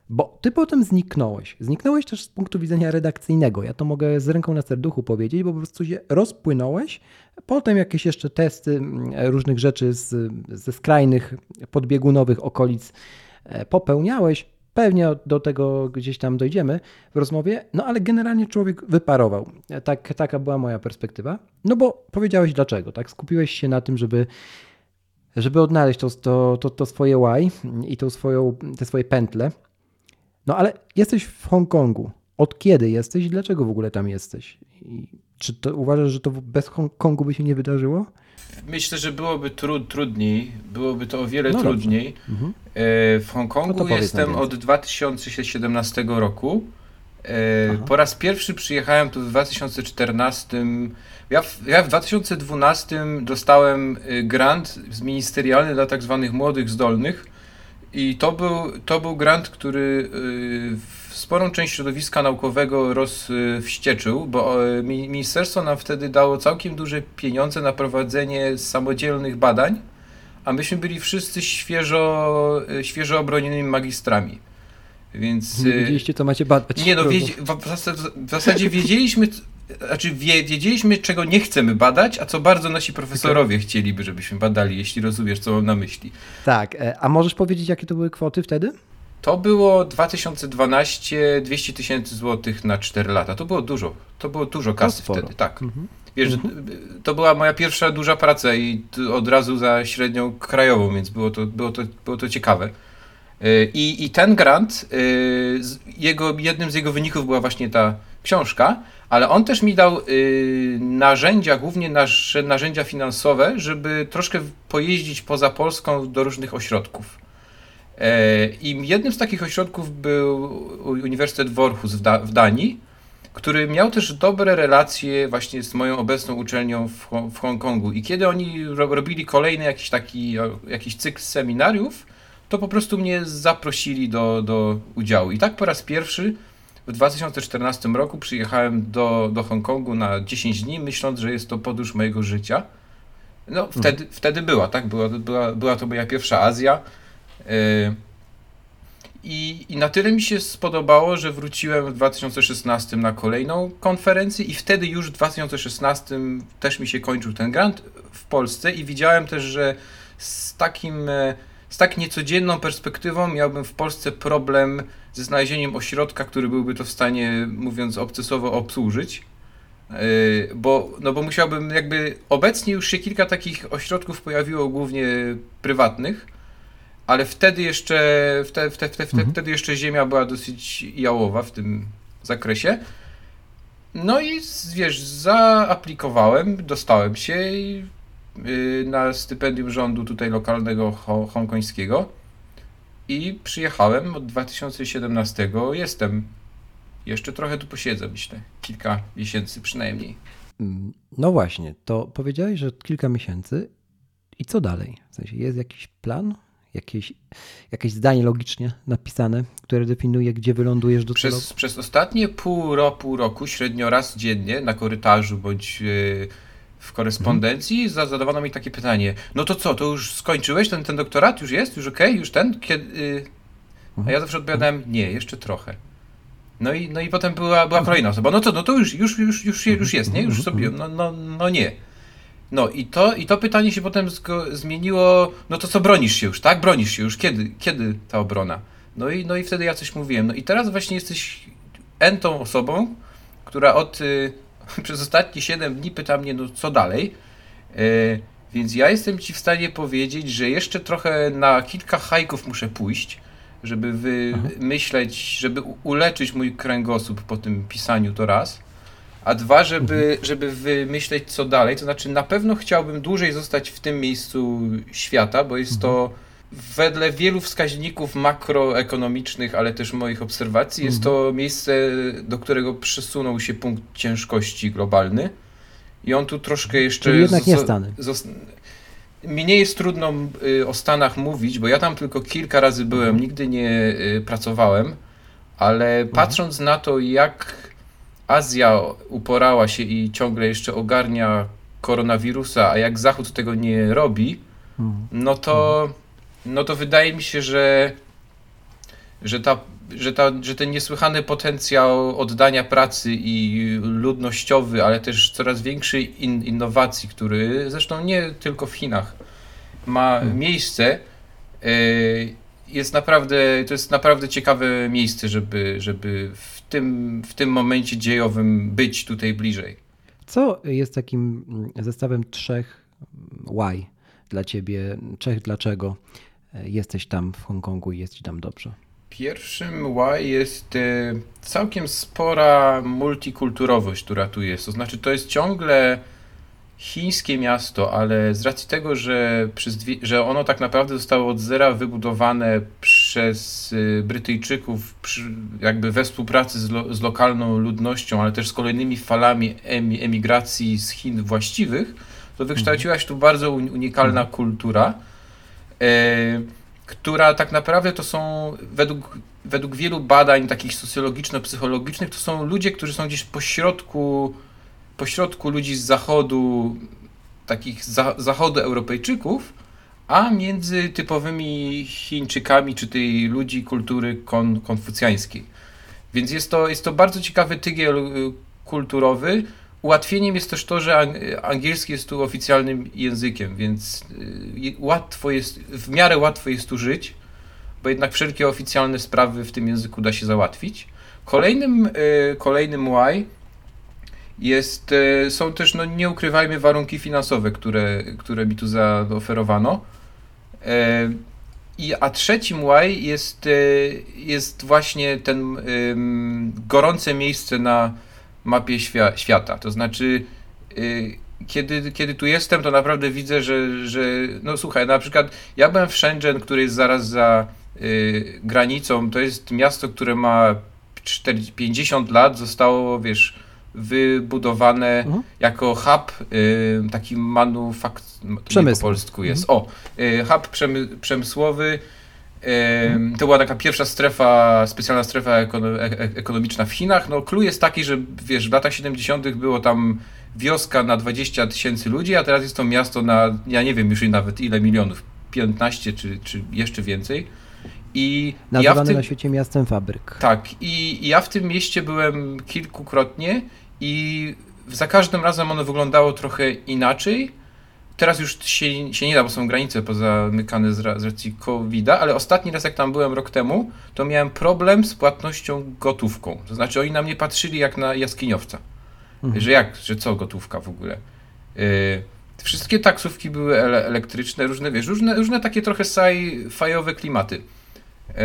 Bo ty potem zniknąłeś. Zniknąłeś też z punktu widzenia redakcyjnego. Ja to mogę z ręką na serduchu powiedzieć, bo po prostu się rozpłynąłeś. Potem jakieś jeszcze testy różnych rzeczy z, ze skrajnych, podbiegunowych okolic popełniałeś. Pewnie do tego gdzieś tam dojdziemy w rozmowie, no ale generalnie człowiek wyparował. Tak, taka była moja perspektywa. No bo powiedziałeś dlaczego, tak? Skupiłeś się na tym, żeby, żeby odnaleźć to, to, to, to swoje why i tą swoją, te swoje pętle. No ale jesteś w Hongkongu. Od kiedy jesteś i dlaczego w ogóle tam jesteś? I czy to uważasz, że to bez Hongkongu by się nie wydarzyło? Myślę, że byłoby trud, trudniej, byłoby to o wiele no trudniej. Mhm. W Hongkongu no jestem od dwa tysiące siedemnastego roku. Aha. Po raz pierwszy przyjechałem tu w dwa tysiące czternastym. Ja w, ja w dwa tysiące dwunastym dostałem grant ministerialny dla tak zwanych młodych zdolnych i to był, to był grant, który sporą część środowiska naukowego rozwścieczył, bo ministerstwo nam wtedy dało całkiem duże pieniądze na prowadzenie samodzielnych badań, a myśmy byli wszyscy świeżo, świeżo obronionymi magistrami. Więc nie wiedzieliście, co macie badać. Nie, no wiedz, w, w zasadzie wiedzieliśmy, znaczy wiedzieliśmy, czego nie chcemy badać, a co bardzo nasi profesorowie okay. chcieliby, żebyśmy badali, jeśli rozumiesz, co mam na myśli. Tak, a możesz powiedzieć, jakie to były kwoty wtedy? To było dwa tysiące dwanaście, dwieście tysięcy złotych na cztery lata. To było dużo. To było dużo kasy wtedy, tak. Mhm. Wiesz, mhm. to była moja pierwsza duża praca i od razu za średnią krajową, więc było to, było to, było to ciekawe. I, i ten grant, jego, jednym z jego wyników była właśnie ta książka, ale on też mi dał narzędzia, głównie narzędzia finansowe, żeby troszkę pojeździć poza Polską do różnych ośrodków. I jednym z takich ośrodków był Uniwersytet w Aarhus w, da- w Danii, który miał też dobre relacje właśnie z moją obecną uczelnią w, Ho- w Hongkongu. I kiedy oni ro- robili kolejny jakiś taki jakiś cykl seminariów, to po prostu mnie zaprosili do, do udziału. I tak po raz pierwszy w dwa tysiące czternastym roku przyjechałem do, do Hongkongu na dziesięć dni, myśląc, że jest to podróż mojego życia. No wtedy, hmm. wtedy była, tak? Była, była, była to moja pierwsza Azja. I, I na tyle mi się spodobało, że wróciłem w dwa tysiące szesnastym na kolejną konferencję i wtedy już w dwa tysiące szesnastym też mi się kończył ten grant w Polsce i widziałem też, że z takim, z tak niecodzienną perspektywą miałbym w Polsce problem ze znalezieniem ośrodka, który byłby to w stanie, mówiąc obcesowo, obsłużyć. Bo, no bo musiałbym jakby, obecnie już się kilka takich ośrodków pojawiło, głównie prywatnych, ale wtedy jeszcze, wtedy, wtedy, wtedy, mhm. wtedy jeszcze ziemia była dosyć jałowa w tym zakresie. No i wiesz, zaaplikowałem, dostałem się i, yy, na stypendium rządu tutaj lokalnego ho, hongkońskiego i przyjechałem od dwa tysiące siedemnastego. Jestem, jeszcze trochę tu posiedzę, myślę, kilka miesięcy przynajmniej. No właśnie, to powiedziałeś, że kilka miesięcy i co dalej? W sensie jest jakiś plan? Jakieś, jakieś zdanie logicznie napisane, które definiuje, gdzie wylądujesz do przez, przez ostatnie pół, ro, pół roku, średnio raz dziennie na korytarzu bądź yy, w korespondencji mhm. zadawano mi takie pytanie, no to co, to już skończyłeś ten, ten doktorat? Już jest? Już okej? Okay? Już ten? Kiedy? Yy? A ja zawsze odpowiadałem, nie, jeszcze trochę. No i, no i potem była, była kolejna osoba, no to, no to już, już, już, już, już jest, nie? Już sobie, no, no, no nie. No i to, i to pytanie się potem zgo- zmieniło, no to co, bronisz się już, tak? Bronisz się już, kiedy, kiedy ta obrona? No i, no i wtedy ja coś mówiłem. No i teraz właśnie jesteś entą osobą, która od y, przez ostatnie siedem dni pyta mnie, no co dalej? Y, więc ja jestem ci w stanie powiedzieć, że jeszcze trochę na kilka hajków muszę pójść, żeby wymyśleć, żeby uleczyć mój kręgosłup po tym pisaniu to raz. A dwa, żeby, żeby wymyśleć co dalej, to znaczy na pewno chciałbym dłużej zostać w tym miejscu świata, bo jest to wedle wielu wskaźników makroekonomicznych, ale też moich obserwacji, jest to miejsce, do którego przesunął się punkt ciężkości globalny i on tu troszkę jeszcze... Czyli jednak nie Stany. Zos- Mi nie jest trudno y, o Stanach mówić, bo ja tam tylko kilka razy byłem, nigdy nie y, pracowałem, ale mhm. patrząc na to, jak Azja uporała się i ciągle jeszcze ogarnia koronawirusa, a jak Zachód tego nie robi, no to, no to wydaje mi się, że, że, ta, że, ta, że ten niesłychany potencjał oddania pracy i ludnościowy, ale też coraz większy in, innowacji, który zresztą nie tylko w Chinach ma hmm. miejsce, jest naprawdę, to jest naprawdę ciekawe miejsce, żeby, żeby w tym, w tym momencie dziejowym być tutaj bliżej. Co jest takim zestawem trzech why dla ciebie, trzech dlaczego jesteś tam w Hongkongu i jest ci tam dobrze? Pierwszym why jest całkiem spora multikulturowość, która tu jest. To znaczy, to jest ciągle chińskie miasto, ale z racji tego, że, przez dwie, że ono tak naprawdę zostało od zera wybudowane przez Brytyjczyków przy, jakby we współpracy z, lo, z lokalną ludnością, ale też z kolejnymi falami emigracji z Chin właściwych, to wykształciła się tu bardzo unikalna mhm. kultura, e, która tak naprawdę to są według, według wielu badań takich socjologiczno-psychologicznych, to są ludzie, którzy są gdzieś pośrodku pośrodku ludzi z zachodu, takich za, zachodu Europejczyków, a między typowymi Chińczykami, czy tej ludzi kultury kon, konfucjańskiej. Więc jest to, jest to bardzo ciekawy tygiel kulturowy. Ułatwieniem jest też to, że angielski jest tu oficjalnym językiem, więc łatwo jest, w miarę łatwo jest tu żyć, bo jednak wszelkie oficjalne sprawy w tym języku da się załatwić. Kolejnym, kolejnym why Jest, są też, no nie ukrywajmy, warunki finansowe, które, które mi tu zaoferowano. I, a trzecim why jest, jest właśnie ten um, gorące miejsce na mapie świa, świata. To znaczy, y, kiedy, kiedy tu jestem, to naprawdę widzę, że, że no słuchaj, na przykład ja byłem w Shenzhen, który jest zaraz za y, granicą. To jest miasto, które ma czterdzieści, pięćdziesiąt lat, zostało, wiesz, wybudowane mhm. jako hub y, taki manufakt... Przemysł. Po polsku jest. Mhm. O, y, hub przemy, przemysłowy. Y, mhm. To była taka pierwsza strefa, specjalna strefa ekono, e, ekonomiczna w Chinach. No clue jest taki, że wiesz, w latach siedemdziesiątych było tam wioska na dwadzieścia tysięcy ludzi, a teraz jest to miasto na, ja nie wiem już nawet ile milionów, piętnaście czy, czy jeszcze więcej. I Nazywane ja tym, na świecie miastem fabryk. Tak, i, i ja w tym mieście byłem kilkukrotnie i za każdym razem ono wyglądało trochę inaczej. Teraz już się, się nie da, bo są granice pozamykane z, ra, z racji kowida, ale ostatni raz jak tam byłem rok temu, to miałem problem z płatnością gotówką. To znaczy oni na mnie patrzyli jak na jaskiniowca. Mhm. Że jak, że co gotówka w ogóle? Yy, wszystkie taksówki były ele, elektryczne, różne, wiesz, różne, różne takie trochę sci-fiowe klimaty. Yy,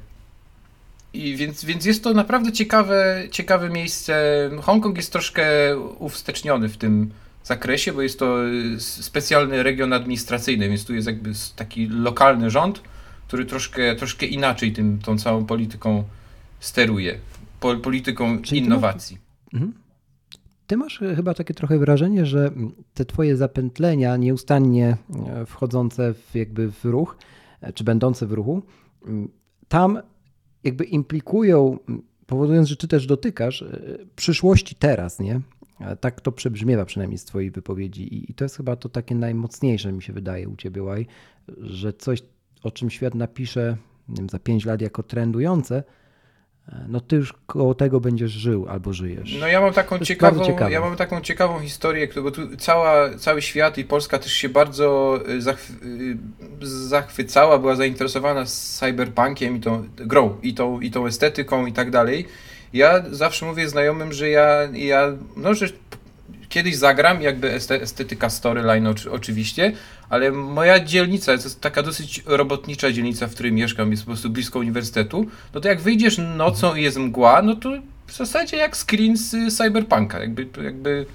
I więc, więc jest to naprawdę ciekawe, ciekawe miejsce. Hongkong jest troszkę uwsteczniony w tym zakresie, bo jest to specjalny region administracyjny, więc tu jest jakby taki lokalny rząd, który troszkę, troszkę inaczej tym, tą całą polityką steruje. Po, polityką Czyli innowacji. Ty masz, ty masz chyba takie trochę wrażenie, że te twoje zapętlenia nieustannie wchodzące w, jakby w ruch, czy będące w ruchu, tam jakby implikują, powodując, że ty też dotykasz przyszłości teraz, nie? Tak to przebrzmiewa przynajmniej z twojej wypowiedzi i to jest chyba to takie najmocniejsze, mi się wydaje, u ciebie, Łaj, że coś, o czym świat napisze, nie wiem, za pięć lat jako trendujące, no ty już koło tego będziesz żył albo żyjesz. No ja mam taką ciekawą, ja mam taką ciekawą historię, bo tu cała, cały świat i Polska też się bardzo zachwy, zachwycała, była zainteresowana cyberpunkiem i tą grą, i tą, i tą estetyką i tak dalej. Ja zawsze mówię znajomym, że ja, ja no, że kiedyś zagram, jakby estetyka storyline oczywiście, ale moja dzielnica, to jest taka dosyć robotnicza dzielnica, w której mieszkam, jest po prostu blisko uniwersytetu, no to jak wyjdziesz nocą i jest mgła, no to w zasadzie jak screen z Cyberpunka, jakby, jakby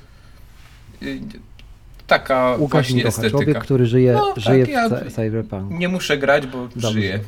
taka Łukasz właśnie Mirocha, estetyka. Człowiek, który żyje, no, żyje tak, ja w Cyberpunku. Nie muszę grać, bo Dobrze. żyję.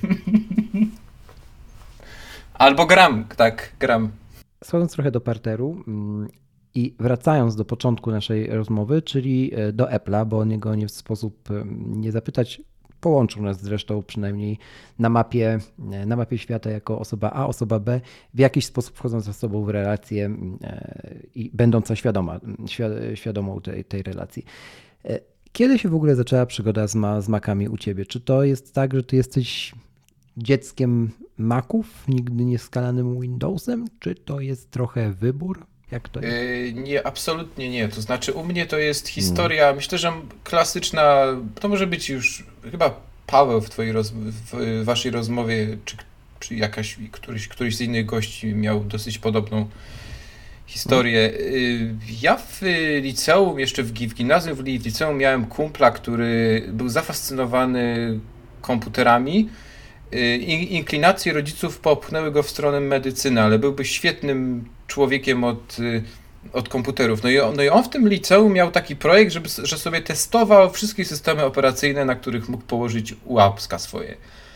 Albo gram, tak, gram. Schodząc trochę do parteru i wracając do początku naszej rozmowy, czyli do Apple'a, bo o niego nie w sposób nie zapytać, połączył nas zresztą przynajmniej na mapie, na mapie świata jako osoba A, osoba B, w jakiś sposób wchodząc ze sobą w relację i będąca świadoma, świadomą tej, tej relacji. Kiedy się w ogóle zaczęła przygoda z, ma, z Macami u ciebie? Czy to jest tak, że ty jesteś dzieckiem Maców, nigdy nie skalanym Windowsem? Czy to jest trochę wybór? Jak to jest? Yy, nie, absolutnie nie. To znaczy u mnie to jest historia, hmm. myślę, że klasyczna, to może być już chyba Paweł w twojej roz, w waszej rozmowie, czy, czy jakaś, któryś, któryś z innych gości miał dosyć podobną historię. Hmm. Ja w liceum, jeszcze w, w gimnazjum, w liceum miałem kumpla, który był zafascynowany komputerami. Inklinacje rodziców popchnęły go w stronę medycyny, ale byłby świetnym człowiekiem od, od komputerów. No i, on, no i on w tym liceum miał taki projekt, żeby, że sobie testował wszystkie systemy operacyjne, na których mógł położyć łapska swoje.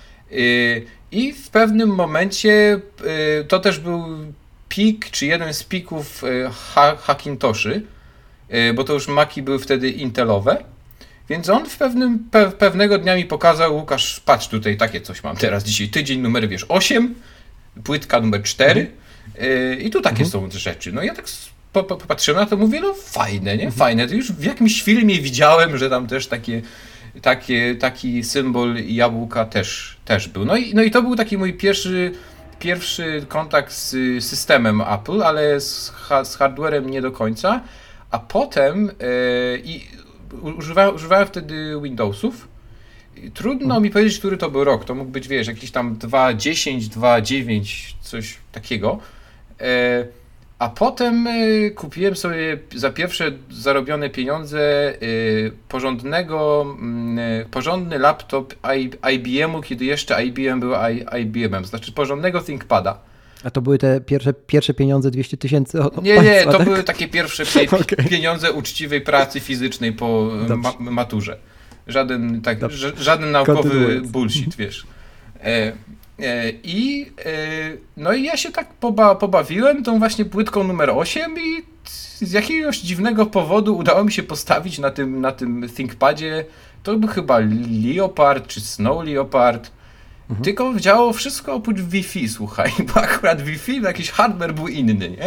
I w pewnym momencie to też był pik, czy jeden z pików ha, Hackintoszy, bo to już Maci były wtedy intelowe. Więc on w pewnym, pe, pewnego dnia mi pokazał, Łukasz, patrz tutaj, takie coś mam teraz dzisiaj, tydzień numer, wiesz, osiem, płytka numer cztery yy, i tu takie mhm. są rzeczy. No ja tak po, po, popatrzyłem na to, mówię, no fajne, nie, fajne. To już w jakimś filmie widziałem, że tam też takie, takie, taki symbol jabłka też, też był. No i, no i to był taki mój pierwszy, pierwszy kontakt z systemem Apple, ale z, z hardwarem nie do końca, a potem yy, i Używałem, używałem wtedy Windowsów. Trudno hmm. mi powiedzieć, który to był rok. To mógł być, wiesz, jakiś tam dwa dziesięć, dwa dziewięć, coś takiego. E, a potem e, kupiłem sobie za pierwsze zarobione pieniądze e, porządnego, e, porządny laptop I B M u, kiedy jeszcze I B M był I, I B M-em, znaczy porządnego ThinkPada. A to były te pierwsze, pierwsze pieniądze dwieście tysięcy od Nie, państwa, nie, to tak? były takie pierwsze pie, okay. pieniądze uczciwej pracy fizycznej po ma, maturze. Żaden, tak, ż, żaden naukowy bullshit, wiesz. E, e, I e, no i ja się tak poba, pobawiłem tą właśnie płytką numer osiem i z jakiegoś dziwnego powodu udało mi się postawić na tym, na tym ThinkPadzie. To był chyba Leopard czy Snow Leopard. Mhm. Tylko działało wszystko oprócz Wi-Fi, słuchaj, bo akurat Wi-Fi, jakiś hardware był inny, nie?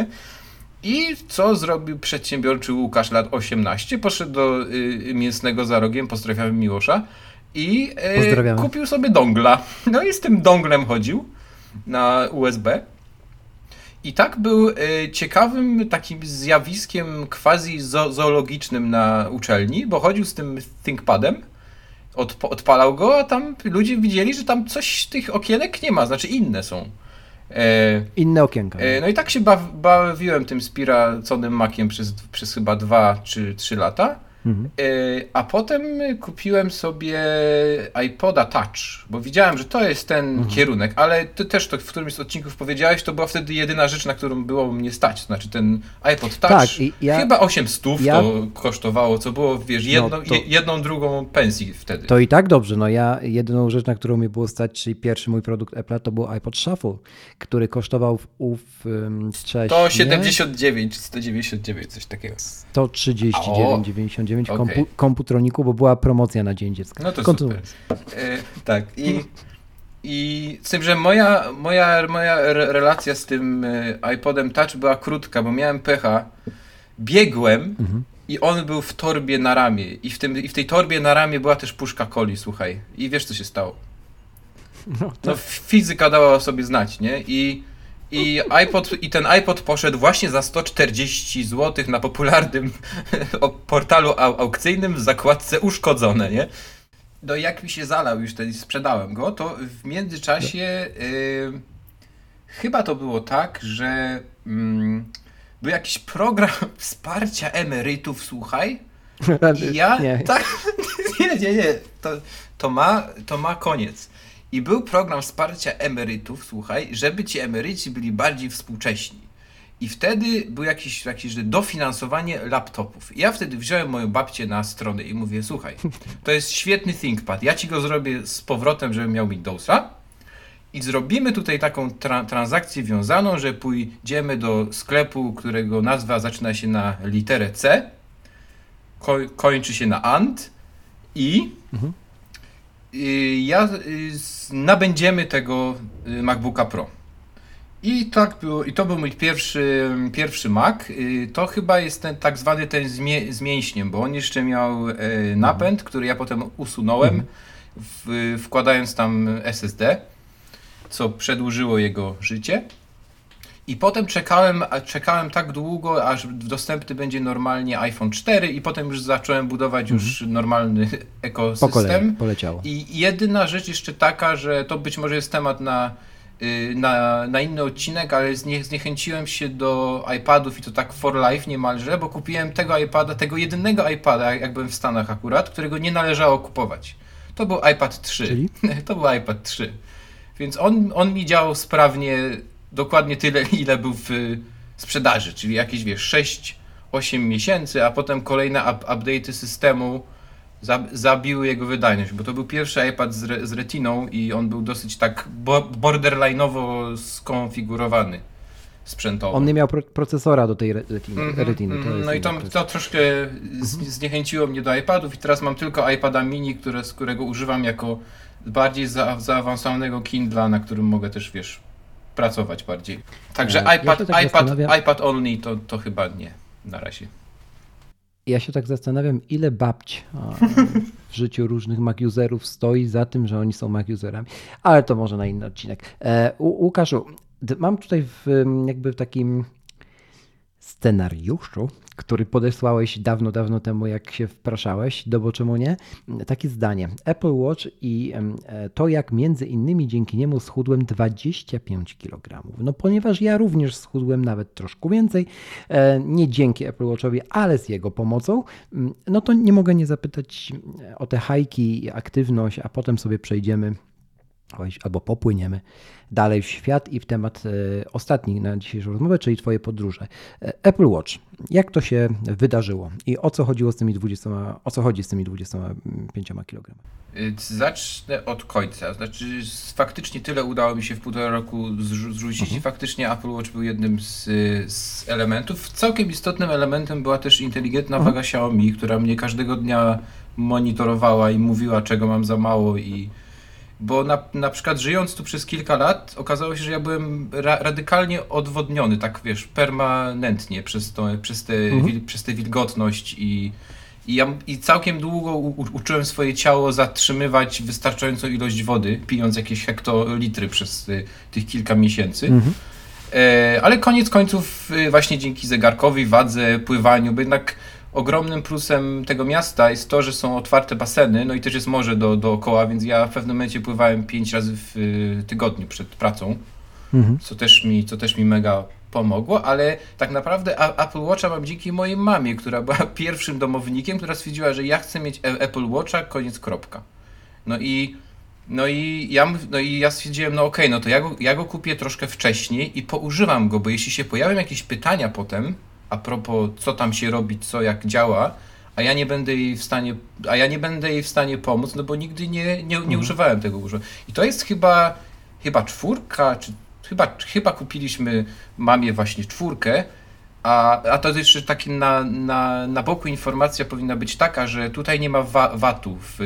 I co zrobił przedsiębiorczy Łukasz lat osiemnaście? Poszedł do y, Mięsnego za rogiem, pozdrawiamy Miłosza, i y, kupił sobie dongla. No i z tym donglem chodził na U S B. I tak był y, ciekawym takim zjawiskiem quasi-zoologicznym na uczelni, bo chodził z tym ThinkPadem, Odp- odpalał go, a tam ludzie widzieli, że tam coś tych okienek nie ma, znaczy inne są. E, Inne okienka. E, no i tak się baw- bawiłem tym spiraconym Maciem przez, przez chyba dwa czy trzy lata. Mhm. E, a potem kupiłem sobie iPoda Touch, bo widziałem, że to jest ten mhm. kierunek, ale ty też to w którymś z odcinków powiedziałeś, to była wtedy jedyna rzecz, na którą było mnie stać. Znaczy ten iPod Touch, tak, ja, chyba osiem stów ja, to kosztowało, co było, wiesz, jedno, no to, je, jedną drugą pensji wtedy. To i tak dobrze, no ja jedyną rzecz, na którą mnie było stać, czyli pierwszy mój produkt Apple'a, to był iPod Shuffle, który kosztował w ów um, cześć, sto siedemdziesiąt dziewięć, sto dziewięćdziesiąt dziewięć, coś takiego. sto trzydzieści dziewięć dziewięćdziesiąt dziewięć okay. kompu- komputroniku, bo była promocja na Dzień Dziecka. No to Kontynuuj. super. E, tak. I, I z tym, że moja, moja, moja relacja z tym iPodem Touch była krótka, bo miałem pecha. Biegłem mhm. i on był w torbie na ramię. I w, tym, I w tej torbie na ramię była też puszka coli, słuchaj. I wiesz, co się stało? No, no fizyka dała o sobie znać, nie? I I, iPod, I ten iPod poszedł właśnie za sto czterdzieści złotych na popularnym portalu au- aukcyjnym w zakładce uszkodzone, nie? No jak mi się zalał już ten, sprzedałem go, to w międzyczasie yy, chyba to było tak, że yy, był jakiś program wsparcia emerytów, słuchaj. I ja... Nie, tak, nie, nie, nie. To, to, ma, to ma koniec. I był program wsparcia emerytów, słuchaj, żeby ci emeryci byli bardziej współcześni. I wtedy był jakieś, jakieś dofinansowanie laptopów. I ja wtedy wziąłem moją babcię na stronę i mówię, słuchaj, to jest świetny ThinkPad, ja ci go zrobię z powrotem, żebym miał Windowsa i zrobimy tutaj taką tra- transakcję wiązaną, że pójdziemy do sklepu, którego nazwa zaczyna się na literę C, ko- kończy się na ant i... Mhm. ja nabędziemy tego MacBooka Pro. I tak było, i to był mój pierwszy, pierwszy Mac. To chyba jest ten tak zwany ten zmie, z mięśniem, bo on jeszcze miał napęd, który ja potem usunąłem, w, wkładając tam S S D. co przedłużyło jego życie. I potem czekałem, czekałem tak długo, aż dostępny będzie normalnie iPhone cztery i potem już zacząłem budować mhm. już normalny ekosystem. Po kolei poleciało. I jedyna rzecz jeszcze taka, że to być może jest temat na, na, na inny odcinek, ale znie, zniechęciłem się do iPadów i to tak for life niemalże, bo kupiłem tego iPada, tego jedynego iPada, jak byłem w Stanach akurat, którego nie należało kupować. To był iPad trzy. Czyli? To był iPad trzy. Więc on, on mi działał sprawnie dokładnie tyle, ile był w sprzedaży, czyli jakieś, wiesz, sześć osiem miesięcy, a potem kolejne up- update'y systemu zab- zabiły jego wydajność, bo to był pierwszy iPad z, re- z retiną i on był dosyć tak bo- borderline'owo skonfigurowany sprzętowo. On nie miał pro- procesora do tej re- retiny. Mm-hmm, retiny. To mm-hmm. No i to, to troszkę z- zniechęciło mnie do iPadów i teraz mam tylko iPada mini, które, z którego używam jako bardziej za- zaawansowanego Kindla, na którym mogę też, wiesz, pracować bardziej. Także ja iPad, tak iPad, iPad only to, to chyba nie na razie. Ja się tak zastanawiam, ile babć w życiu różnych Mac-userów stoi za tym, że oni są Mac-userami, ale to może na inny odcinek. E, Łukaszu, mam tutaj w, jakby w takim scenariuszu, który podesłałeś dawno, dawno temu, jak się wpraszałeś, do Bo Czemu Nie, takie zdanie. Apple Watch i to, jak między innymi dzięki niemu schudłem dwadzieścia pięć kilogramów. No ponieważ ja również schudłem nawet troszkę więcej, nie dzięki Apple Watchowi, ale z jego pomocą, no to nie mogę nie zapytać o te hajki i aktywność, a potem sobie przejdziemy albo popłyniemy dalej w świat i w temat e, ostatni na dzisiejszą rozmowę, czyli twoje podróże. E, Apple Watch. Jak to się wydarzyło i o co chodziło z tymi dwudziestoma, o co chodzi z tymi dwudziestoma pięcioma kilogramami? Zacznę od końca. Znaczy faktycznie tyle udało mi się w półtora roku zrzu- zrzucić mhm. i faktycznie Apple Watch był jednym z, z elementów. Całkiem istotnym elementem była też inteligentna mhm. waga Xiaomi, która mnie każdego dnia monitorowała i mówiła, czego mam za mało i bo na, na przykład żyjąc tu przez kilka lat okazało się, że ja byłem ra, radykalnie odwodniony, tak wiesz, permanentnie przez, to, przez, te, mhm. wil, przez tę wilgotność i, i, ja, i całkiem długo u, uczyłem swoje ciało zatrzymywać wystarczającą ilość wody, pijąc jakieś hektolitry przez y, tych kilka miesięcy. Mhm. E, ale koniec końców y, właśnie dzięki zegarkowi, wadze, pływaniu, bo jednak ogromnym plusem tego miasta jest to, że są otwarte baseny, no i też jest morze do, dookoła, więc ja w pewnym momencie pływałem pięć razy w y, tygodniu przed pracą, mhm. co, też mi, co też mi mega pomogło, ale tak naprawdę a, Apple Watcha mam dzięki mojej mamie, która była pierwszym domownikiem, która stwierdziła, że ja chcę mieć Apple Watcha, koniec, kropka. No i, no i, ja, no i ja stwierdziłem, no okej, okay, no to ja go, ja go kupię troszkę wcześniej i poużywam go, bo jeśli się pojawią jakieś pytania potem, a propos co tam się robi, co jak działa, a ja nie będę jej w stanie, a ja nie będę jej w stanie pomóc, no bo nigdy nie, nie, nie mhm. używałem tego urządzenia. I to jest chyba, chyba czwórka, czy chyba, chyba kupiliśmy mamie właśnie czwórkę, a, a to jeszcze taki na, na, na boku informacja powinna być taka, że tutaj nie ma wa- vatu w,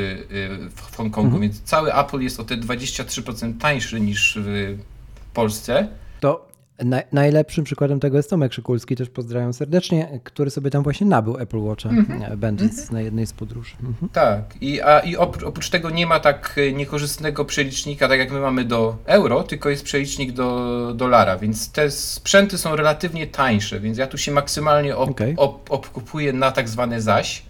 w Hongkongu, mhm. więc cały Apple jest o te dwadzieścia trzy procent tańszy niż w Polsce. To Na, najlepszym przykładem tego jest Tomek Szykulski, też pozdrawiam serdecznie, który sobie tam właśnie nabył Apple Watcha, mm-hmm. będąc mm-hmm. na jednej z podróży. Mm-hmm. Tak, i, a, i oprócz, oprócz tego nie ma tak niekorzystnego przelicznika, tak jak my mamy do euro, tylko jest przelicznik do dolara, więc te sprzęty są relatywnie tańsze, więc ja tu się maksymalnie op, okay. op, obkupuję na tak zwane zaś.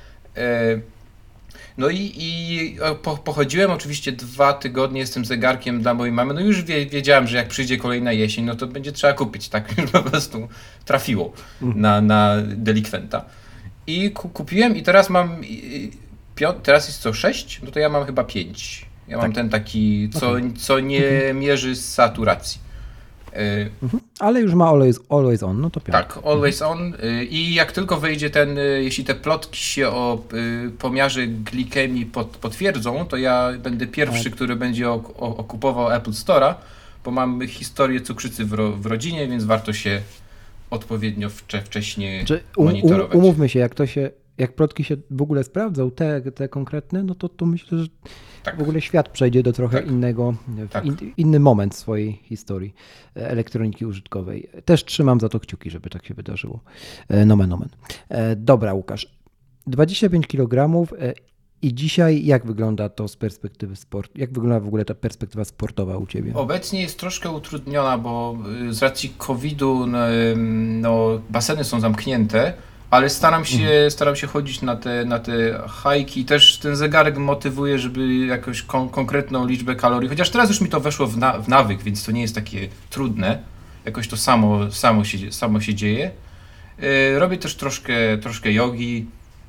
E, No i, i po, pochodziłem oczywiście dwa tygodnie z tym zegarkiem dla mojej mamy. No już wie, wiedziałem, że jak przyjdzie kolejna jesień, no to będzie trzeba kupić. Tak już po prostu trafiło na, na delikwenta. I ku, kupiłem i teraz mam, i, pio, teraz jest co, sześć? No to ja mam chyba pięć. Ja tak. mam ten taki, co, okay. co nie mhm. mierzy z saturacji. Mhm. Ale już ma always, always on, no to piątka. Tak, always on i jak tylko wejdzie ten, jeśli te plotki się o pomiarze glikemii pot, potwierdzą, to ja będę pierwszy, tak. który będzie okupował Apple Store'a, bo mam historię cukrzycy w, ro, w rodzinie, więc warto się odpowiednio wcze, wcześnie znaczy, um, monitorować. Um, umówmy się, jak to się, jak plotki się w ogóle sprawdzą, te, te konkretne, no to, to myślę, że tak. w ogóle świat przejdzie do trochę tak. innego, tak. in, inny moment swojej historii elektroniki użytkowej. Też trzymam za to kciuki, żeby tak się wydarzyło. Nomen, nomen. Dobra, Łukasz. dwadzieścia pięć kilogramów. I dzisiaj jak wygląda to z perspektywy sportu? Jak wygląda w ogóle ta perspektywa sportowa u Ciebie? Obecnie jest troszkę utrudniona, bo z racji kowida no, no, baseny są zamknięte, ale staram się, mhm. staram się chodzić na te, na te hajki. Też ten zegarek motywuje, żeby jakąś kon- konkretną liczbę kalorii, chociaż teraz już mi to weszło w, na- w nawyk, więc to nie jest takie trudne. Jakoś to samo, samo, się, samo się dzieje. Yy, robię też troszkę, troszkę jogi.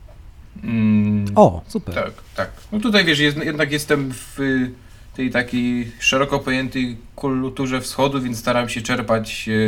Mm, o, super. Tak, tak. No tutaj wiesz, jest, jednak jestem w tej takiej szeroko pojętej kulturze wschodu, więc staram się czerpać yy,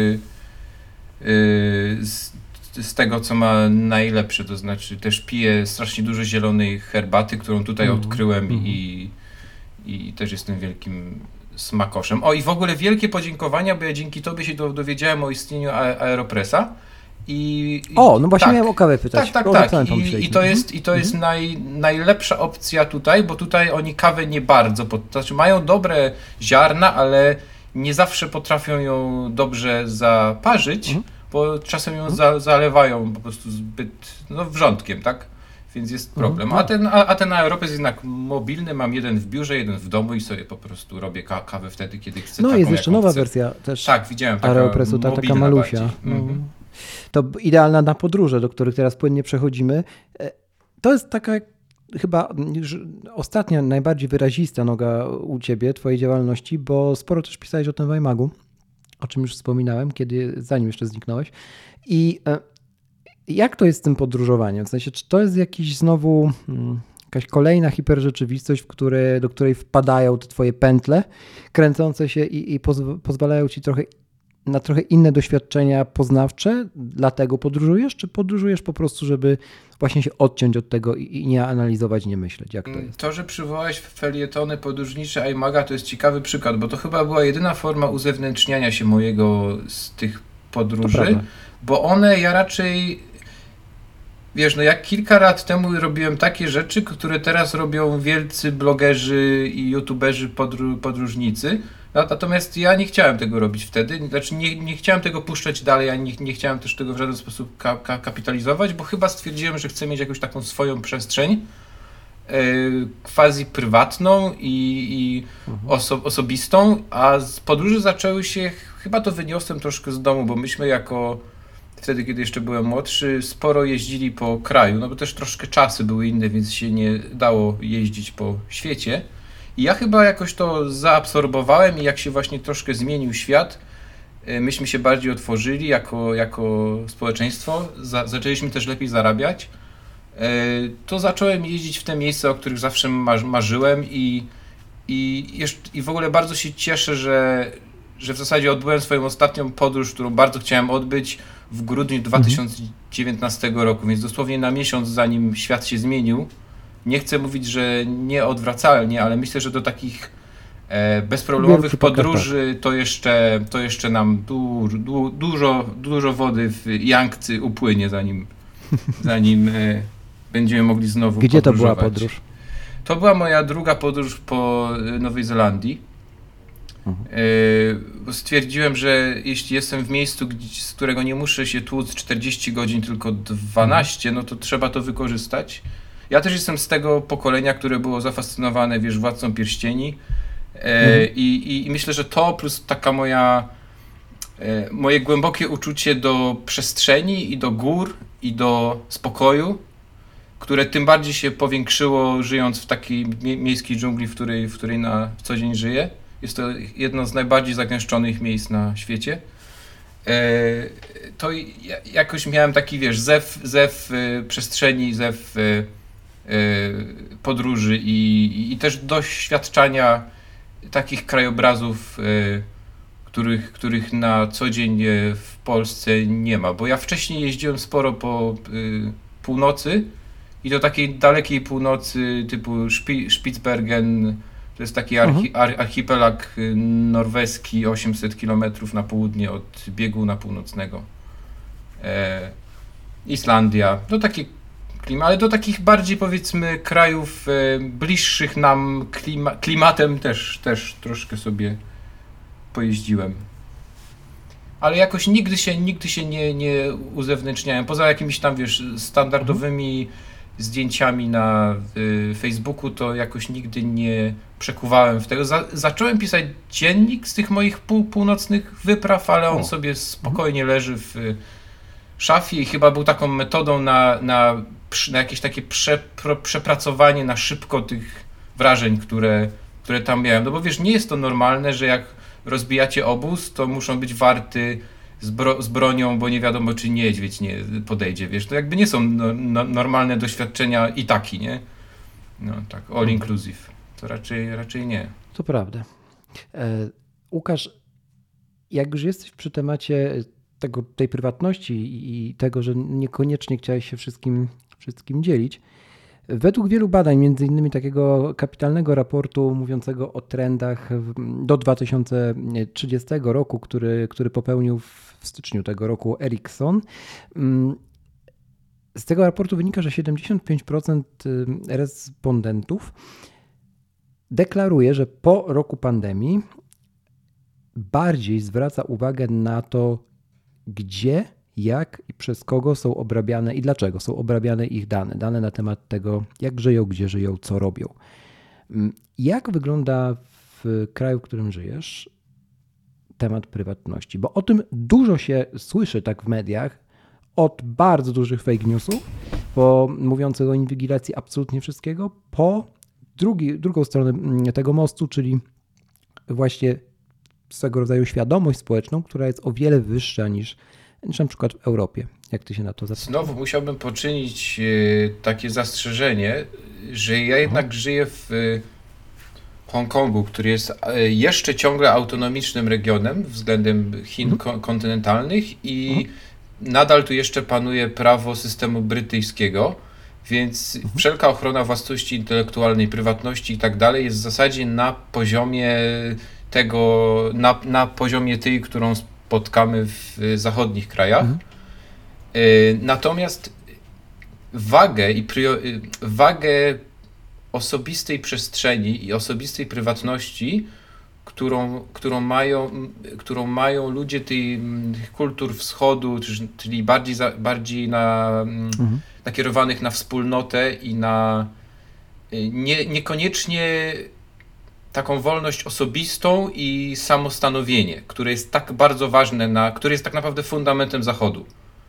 yy, z, z tego, co ma najlepsze, to znaczy też piję strasznie dużo zielonej herbaty, którą tutaj mm. odkryłem mm. i, i też jestem wielkim smakoszem. O i w ogóle wielkie podziękowania, bo ja dzięki tobie się dowiedziałem o istnieniu Aeropressa. I, o, no właśnie tak, miałem o kawę pytać. Tak, tak, tak. I, i to jest, i to jest mm-hmm. naj, najlepsza opcja tutaj, bo tutaj oni kawę nie bardzo, pod, to znaczy mają dobre ziarna, ale nie zawsze potrafią ją dobrze zaparzyć, mm-hmm. bo czasem ją mm-hmm. za, zalewają po prostu zbyt no, wrzątkiem, tak? Więc jest problem. Mm-hmm. A ten, a, a ten Aeropress jest jednak mobilny, mam jeden w biurze, jeden w domu i sobie po prostu robię ka- kawę wtedy, kiedy chcę. No taką, jest jeszcze nowa chcę. wersja też. Tak, widziałem. Taka Aeropressu, ta taka malusia. Mm-hmm. To idealna na podróże, do których teraz płynnie przechodzimy. To jest taka chyba ostatnia, najbardziej wyrazista noga u Ciebie, Twojej działalności, bo sporo też pisałeś o tym w iMagu, o czym już wspominałem, kiedy, zanim jeszcze zniknąłeś. I jak to jest z tym podróżowaniem? W sensie, czy to jest jakiś znowu jakaś kolejna hiperrzeczywistość, w które, do której wpadają te Twoje pętle kręcące się i, i pozw- pozwalają Ci trochę na trochę inne doświadczenia poznawcze, dlatego podróżujesz, czy podróżujesz po prostu, żeby właśnie się odciąć od tego i, i nie analizować, nie myśleć, jak to jest? To, że przywołałeś felietony podróżnicze iMaga, to jest ciekawy przykład, bo to chyba była jedyna forma uzewnętrzniania się mojego z tych podróży, bo one ja raczej, wiesz, no jak kilka lat temu robiłem takie rzeczy, które teraz robią wielcy blogerzy i youtuberzy podró- podróżnicy, natomiast ja nie chciałem tego robić wtedy, znaczy nie, nie chciałem tego puszczać dalej, ani nie, nie chciałem też tego w żaden sposób ka- ka- kapitalizować, bo chyba stwierdziłem, że chcę mieć jakąś taką swoją przestrzeń yy, quasi prywatną i, i mhm. oso- osobistą, a z podróży zaczęły się, chyba to wyniosłem troszkę z domu, bo myśmy jako wtedy, kiedy jeszcze byłem młodszy, sporo jeździli po kraju, no bo też troszkę czasy były inne, więc się nie dało jeździć po świecie. I ja chyba jakoś to zaabsorbowałem i jak się właśnie troszkę zmienił świat, myśmy się bardziej otworzyli jako, jako społeczeństwo, za, zaczęliśmy też lepiej zarabiać, to zacząłem jeździć w te miejsca, o których zawsze marzyłem i, i, jeszcze, i w ogóle bardzo się cieszę, że, że w zasadzie odbyłem swoją ostatnią podróż, którą bardzo chciałem odbyć w grudniu dwa tysiące dziewiętnastego roku, więc dosłownie na miesiąc zanim świat się zmienił. Nie chcę mówić, że nieodwracalnie, ale myślę, że do takich e, bezproblemowych podróży to jeszcze, to jeszcze nam du, du, dużo, dużo wody w Yangtze upłynie, zanim, zanim e, będziemy mogli znowu Gdzie podróżować. to była podróż? To była moja druga podróż po Nowej Zelandii. Mhm. E, stwierdziłem, że jeśli jestem w miejscu, z którego nie muszę się tłuc czterdzieści godzin, tylko dwanaście, no to trzeba to wykorzystać. Ja też jestem z tego pokolenia, które było zafascynowane, wiesz, Władcą Pierścieni e, mhm. i, i myślę, że to plus taka moja e, moje głębokie uczucie do przestrzeni i do gór i do spokoju, które tym bardziej się powiększyło żyjąc w takiej mie- miejskiej dżungli, w której, w której na co dzień żyję. Jest to jedno z najbardziej zagęszczonych miejsc na świecie. E, to ja, jakoś miałem taki, wiesz, zew, zew y, przestrzeni, zew y, podróży i, i też doświadczania takich krajobrazów, których, których na co dzień w Polsce nie ma. Bo ja wcześniej jeździłem sporo po północy i do takiej dalekiej północy typu Szpi- Spitsbergen, to jest taki archi- ar- archipelag norweski osiemset kilometrów na południe od bieguna północnego. E, Islandia, no takie ale do takich bardziej, powiedzmy, krajów e, bliższych nam klima- klimatem też, też troszkę sobie pojeździłem. Ale jakoś nigdy się, nigdy się nie, nie uzewnętrzniałem. Poza jakimiś tam, wiesz, standardowymi zdjęciami na y, Facebooku, to jakoś nigdy nie przekuwałem w tego. Za, zacząłem pisać dziennik z tych moich pół, północnych wypraw, ale on o. sobie spokojnie leży w y, szafie i chyba był taką metodą na, na, na jakieś takie prze, pro, przepracowanie na szybko tych wrażeń, które, które tam miałem. No bo wiesz, nie jest to normalne, że jak rozbijacie obóz, to muszą być warty z, bro, z bronią, bo nie wiadomo, czy niedźwiedź nie podejdzie, wiesz. To jakby nie są no, no, normalne doświadczenia i taki, nie? No tak, all inclusive. To raczej, raczej nie. To prawda. E, Łukasz, jak już jesteś przy temacie tego, tej prywatności i tego, że niekoniecznie chciałeś się wszystkim, wszystkim dzielić, według wielu badań, między innymi takiego kapitalnego raportu mówiącego o trendach do dwa tysiące trzydziestego roku, który, który popełnił w styczniu tego roku Ericsson, z tego raportu wynika, że siedemdziesiąt pięć procent respondentów deklaruje, że po roku pandemii bardziej zwraca uwagę na to, gdzie, jak i przez kogo są obrabiane i dlaczego są obrabiane ich dane. Dane na temat tego, jak żyją, gdzie żyją, co robią. Jak wygląda w kraju, w którym żyjesz, temat prywatności? Bo o tym dużo się słyszy tak w mediach, od bardzo dużych fake newsów, po mówiących o inwigilacji absolutnie wszystkiego, po drugi, drugą stronę tego mostu, czyli właśnie swego rodzaju świadomość społeczną, która jest o wiele wyższa niż, niż na przykład w Europie. Jak ty się na to zastanawiasz? Znowu musiałbym poczynić y, takie zastrzeżenie, że ja jednak mhm. żyję w y, Hongkongu, który jest y, jeszcze ciągle autonomicznym regionem względem Chin mhm. ko- kontynentalnych i mhm. nadal tu jeszcze panuje prawo systemu brytyjskiego, więc mhm. wszelka ochrona własności intelektualnej, prywatności i tak dalej jest w zasadzie na poziomie tego, na, na poziomie tej, którą spotkamy w zachodnich krajach. Mhm. Natomiast wagę i prior- wagę osobistej przestrzeni i osobistej prywatności, którą, którą, mają, którą mają ludzie tej, tych kultur wschodu, czyli bardziej, za, bardziej na, mhm. nakierowanych na wspólnotę i na nie, niekoniecznie taką wolność osobistą i samostanowienie, które jest tak bardzo ważne, na, które jest tak naprawdę fundamentem Zachodu.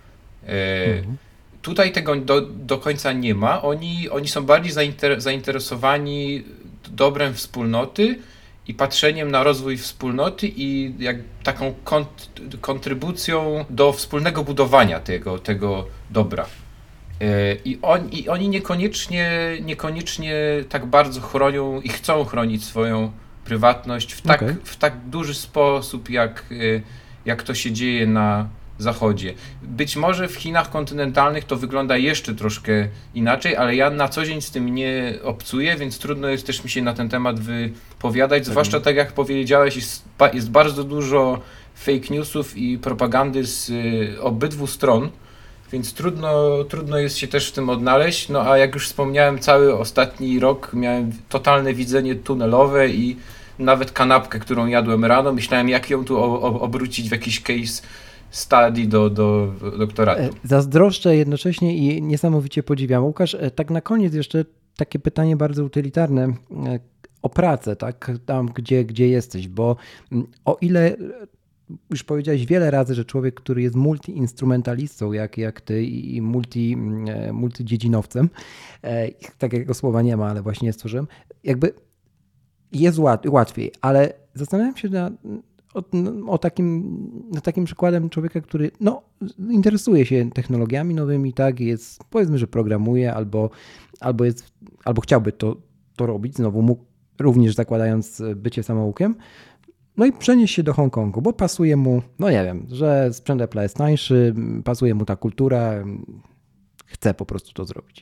Mhm. Tutaj tego do, do końca nie ma. Oni, oni są bardziej zainter, zainteresowani dobrem wspólnoty i patrzeniem na rozwój wspólnoty i jak taką kont, kontrybucją do wspólnego budowania tego, tego dobra. I, on, i oni niekoniecznie, niekoniecznie tak bardzo chronią i chcą chronić swoją prywatność w tak, okay. w tak duży sposób, jak, jak to się dzieje na Zachodzie. Być może w Chinach kontynentalnych to wygląda jeszcze troszkę inaczej, ale ja na co dzień z tym nie obcuję, więc trudno jest też mi się na ten temat wypowiadać, tak. Zwłaszcza tak jak powiedziałeś, jest, jest bardzo dużo fake newsów i propagandy z obydwu stron, więc trudno, trudno jest się też w tym odnaleźć, no a jak już wspomniałem, cały ostatni rok miałem totalne widzenie tunelowe i nawet kanapkę, którą jadłem rano, myślałem, jak ją tu o, o, obrócić w jakiś case study do, do doktoratu. Zazdroszczę jednocześnie i niesamowicie podziwiam. Łukasz, tak na koniec jeszcze takie pytanie bardzo utylitarne o pracę, tak, tam gdzie, gdzie jesteś, bo o ile już powiedziałeś wiele razy, że człowiek, który jest multiinstrumentalistą, jak, jak ty i multi, multidziedzinowcem, takiego słowa nie ma, ale właśnie je stworzyłem, jakby jest łat, łatwiej, ale zastanawiam się na, o, o takim, na takim przykładem człowieka, który no, interesuje się technologiami nowymi, tak, jest, powiedzmy, że programuje albo, albo, jest, albo chciałby to, to robić, znowu mógł, również zakładając bycie samoukiem, no i przenieść się do Hongkongu, bo pasuje mu, no nie wiem, że sprzęt Apple jest tańszy, pasuje mu ta kultura, chce po prostu to zrobić.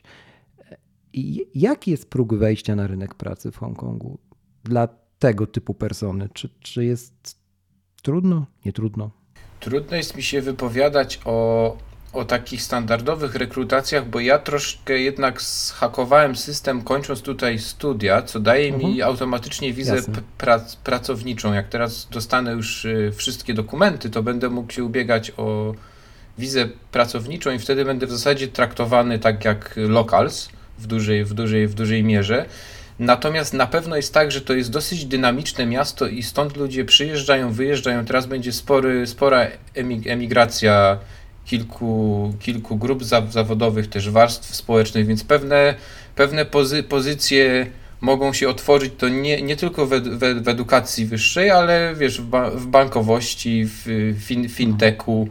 I jaki jest próg wejścia na rynek pracy w Hongkongu dla tego typu persony? Czy, czy jest trudno, nie trudno? Trudno jest mi się wypowiadać o, o takich standardowych rekrutacjach, bo ja troszkę jednak zhakowałem system, kończąc tutaj studia, co daje uh-huh. mi automatycznie wizę prac, pracowniczą. Jak teraz dostanę już wszystkie dokumenty, to będę mógł się ubiegać o wizę pracowniczą i wtedy będę w zasadzie traktowany tak jak locals w dużej, w dużej, w dużej mierze. Natomiast na pewno jest tak, że to jest dosyć dynamiczne miasto i stąd ludzie przyjeżdżają, wyjeżdżają. Teraz będzie spory, spora emigracja kilku, kilku grup zawodowych, też warstw społecznych, więc pewne, pewne pozy, pozycje mogą się otworzyć to nie, nie tylko w, w, w edukacji wyższej, ale wiesz, w, ba, w bankowości, w fin, fintechu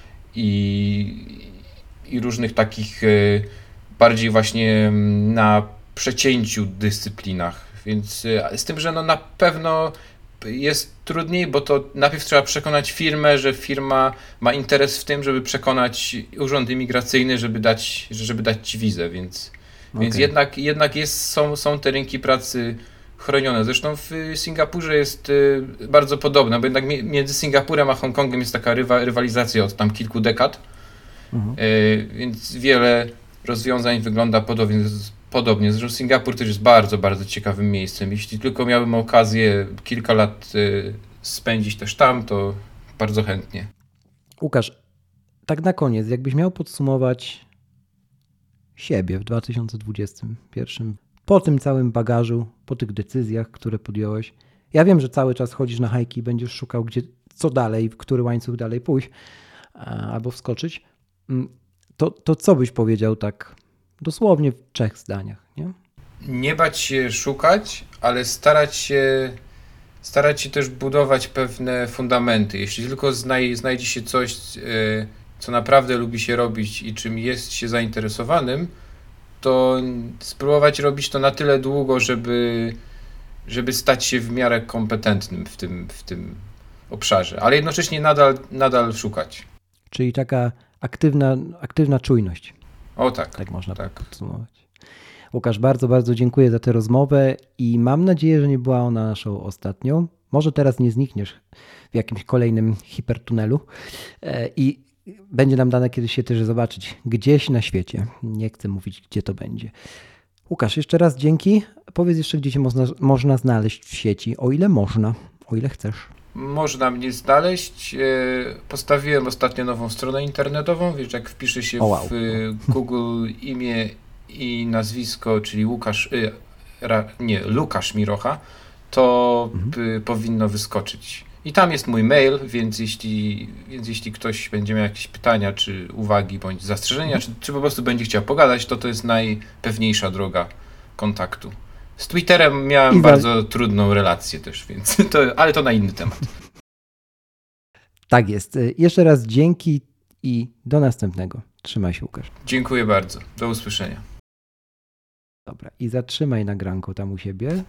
i, i różnych takich bardziej właśnie na przecięciu dyscyplinach. Więc z tym, że no na pewno jest trudniej, bo to najpierw trzeba przekonać firmę, że firma ma interes w tym, żeby przekonać urząd imigracyjny, żeby dać, żeby dać ci wizę, więc, okay. więc jednak, jednak jest, są, są te rynki pracy chronione. Zresztą w Singapurze jest bardzo podobne, bo jednak między Singapurem a Hongkongiem jest taka rywa, rywalizacja od tam kilku dekad, mhm. więc wiele rozwiązań wygląda podobnie. Podobnie. Zresztą Singapur też jest bardzo, bardzo ciekawym miejscem. Jeśli tylko miałbym okazję kilka lat y, spędzić też tam, to bardzo chętnie. Łukasz, tak na koniec, jakbyś miał podsumować siebie w dwa tysiące dwudziestym pierwszym, po tym całym bagażu, po tych decyzjach, które podjąłeś. Ja wiem, że cały czas chodzisz na hajki i będziesz szukał, gdzie, co dalej, w który łańcuch dalej pójść albo wskoczyć. To, to co byś powiedział tak dosłownie w trzech zdaniach, nie? Nie bać się szukać, ale starać się, starać się też budować pewne fundamenty. Jeśli tylko znaj, znajdzie się coś, co naprawdę lubi się robić i czym jest się zainteresowanym, to spróbować robić to na tyle długo, żeby, żeby stać się w miarę kompetentnym w tym, w tym obszarze, ale jednocześnie nadal, nadal szukać. Czyli taka aktywna, aktywna czujność. O tak. Tak można tak. podsumować. Łukasz, bardzo, bardzo dziękuję za tę rozmowę i mam nadzieję, że nie była ona naszą ostatnią. Może teraz nie znikniesz w jakimś kolejnym hipertunelu i będzie nam dane kiedyś się też zobaczyć gdzieś na świecie. Nie chcę mówić, gdzie to będzie. Łukasz, jeszcze raz dzięki. Powiedz jeszcze, gdzie się można, można znaleźć w sieci, o ile można, o ile chcesz. Można mnie znaleźć. Postawiłem ostatnio nową stronę internetową, wiesz, jak wpisze się oh, wow. w Google imię i nazwisko, czyli Łukasz, nie, Lukasz Mirocha, to mhm. powinno wyskoczyć. I tam jest mój mail, więc jeśli, więc jeśli ktoś będzie miał jakieś pytania, czy uwagi, bądź zastrzeżenia, mhm. czy, czy po prostu będzie chciał pogadać, to to jest najpewniejsza droga kontaktu. Z Twitterem miałem I bardzo za... trudną relację też, więc to, ale to na inny temat. Tak jest. Jeszcze raz dzięki i do następnego. Trzymaj się, Łukasz. Dziękuję bardzo. Do usłyszenia. Dobra. I zatrzymaj nagranko tam u siebie.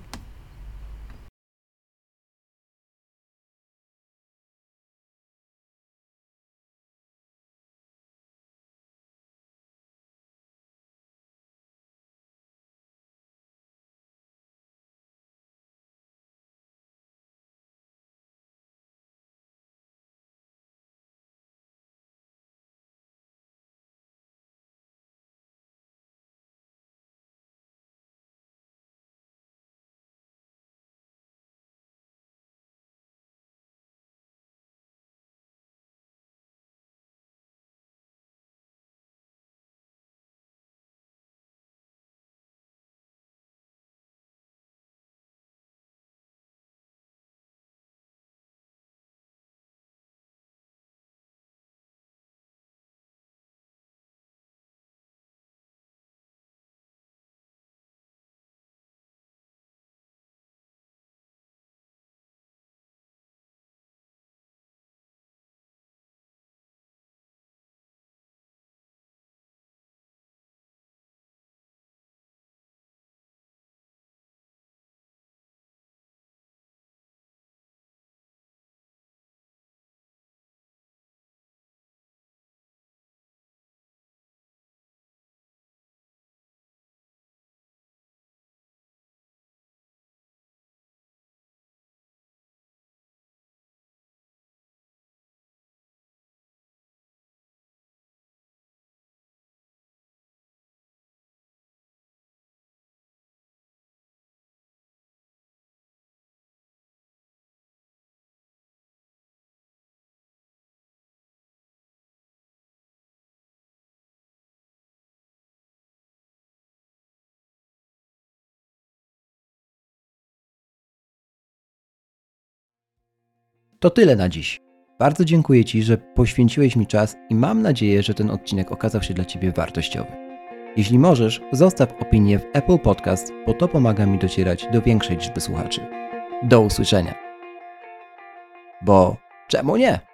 To tyle na dziś. Bardzo dziękuję Ci, że poświęciłeś mi czas i mam nadzieję, że ten odcinek okazał się dla Ciebie wartościowy. Jeśli możesz, zostaw opinię w Apple Podcast, bo to pomaga mi docierać do większej liczby słuchaczy. Do usłyszenia. Bo czemu nie?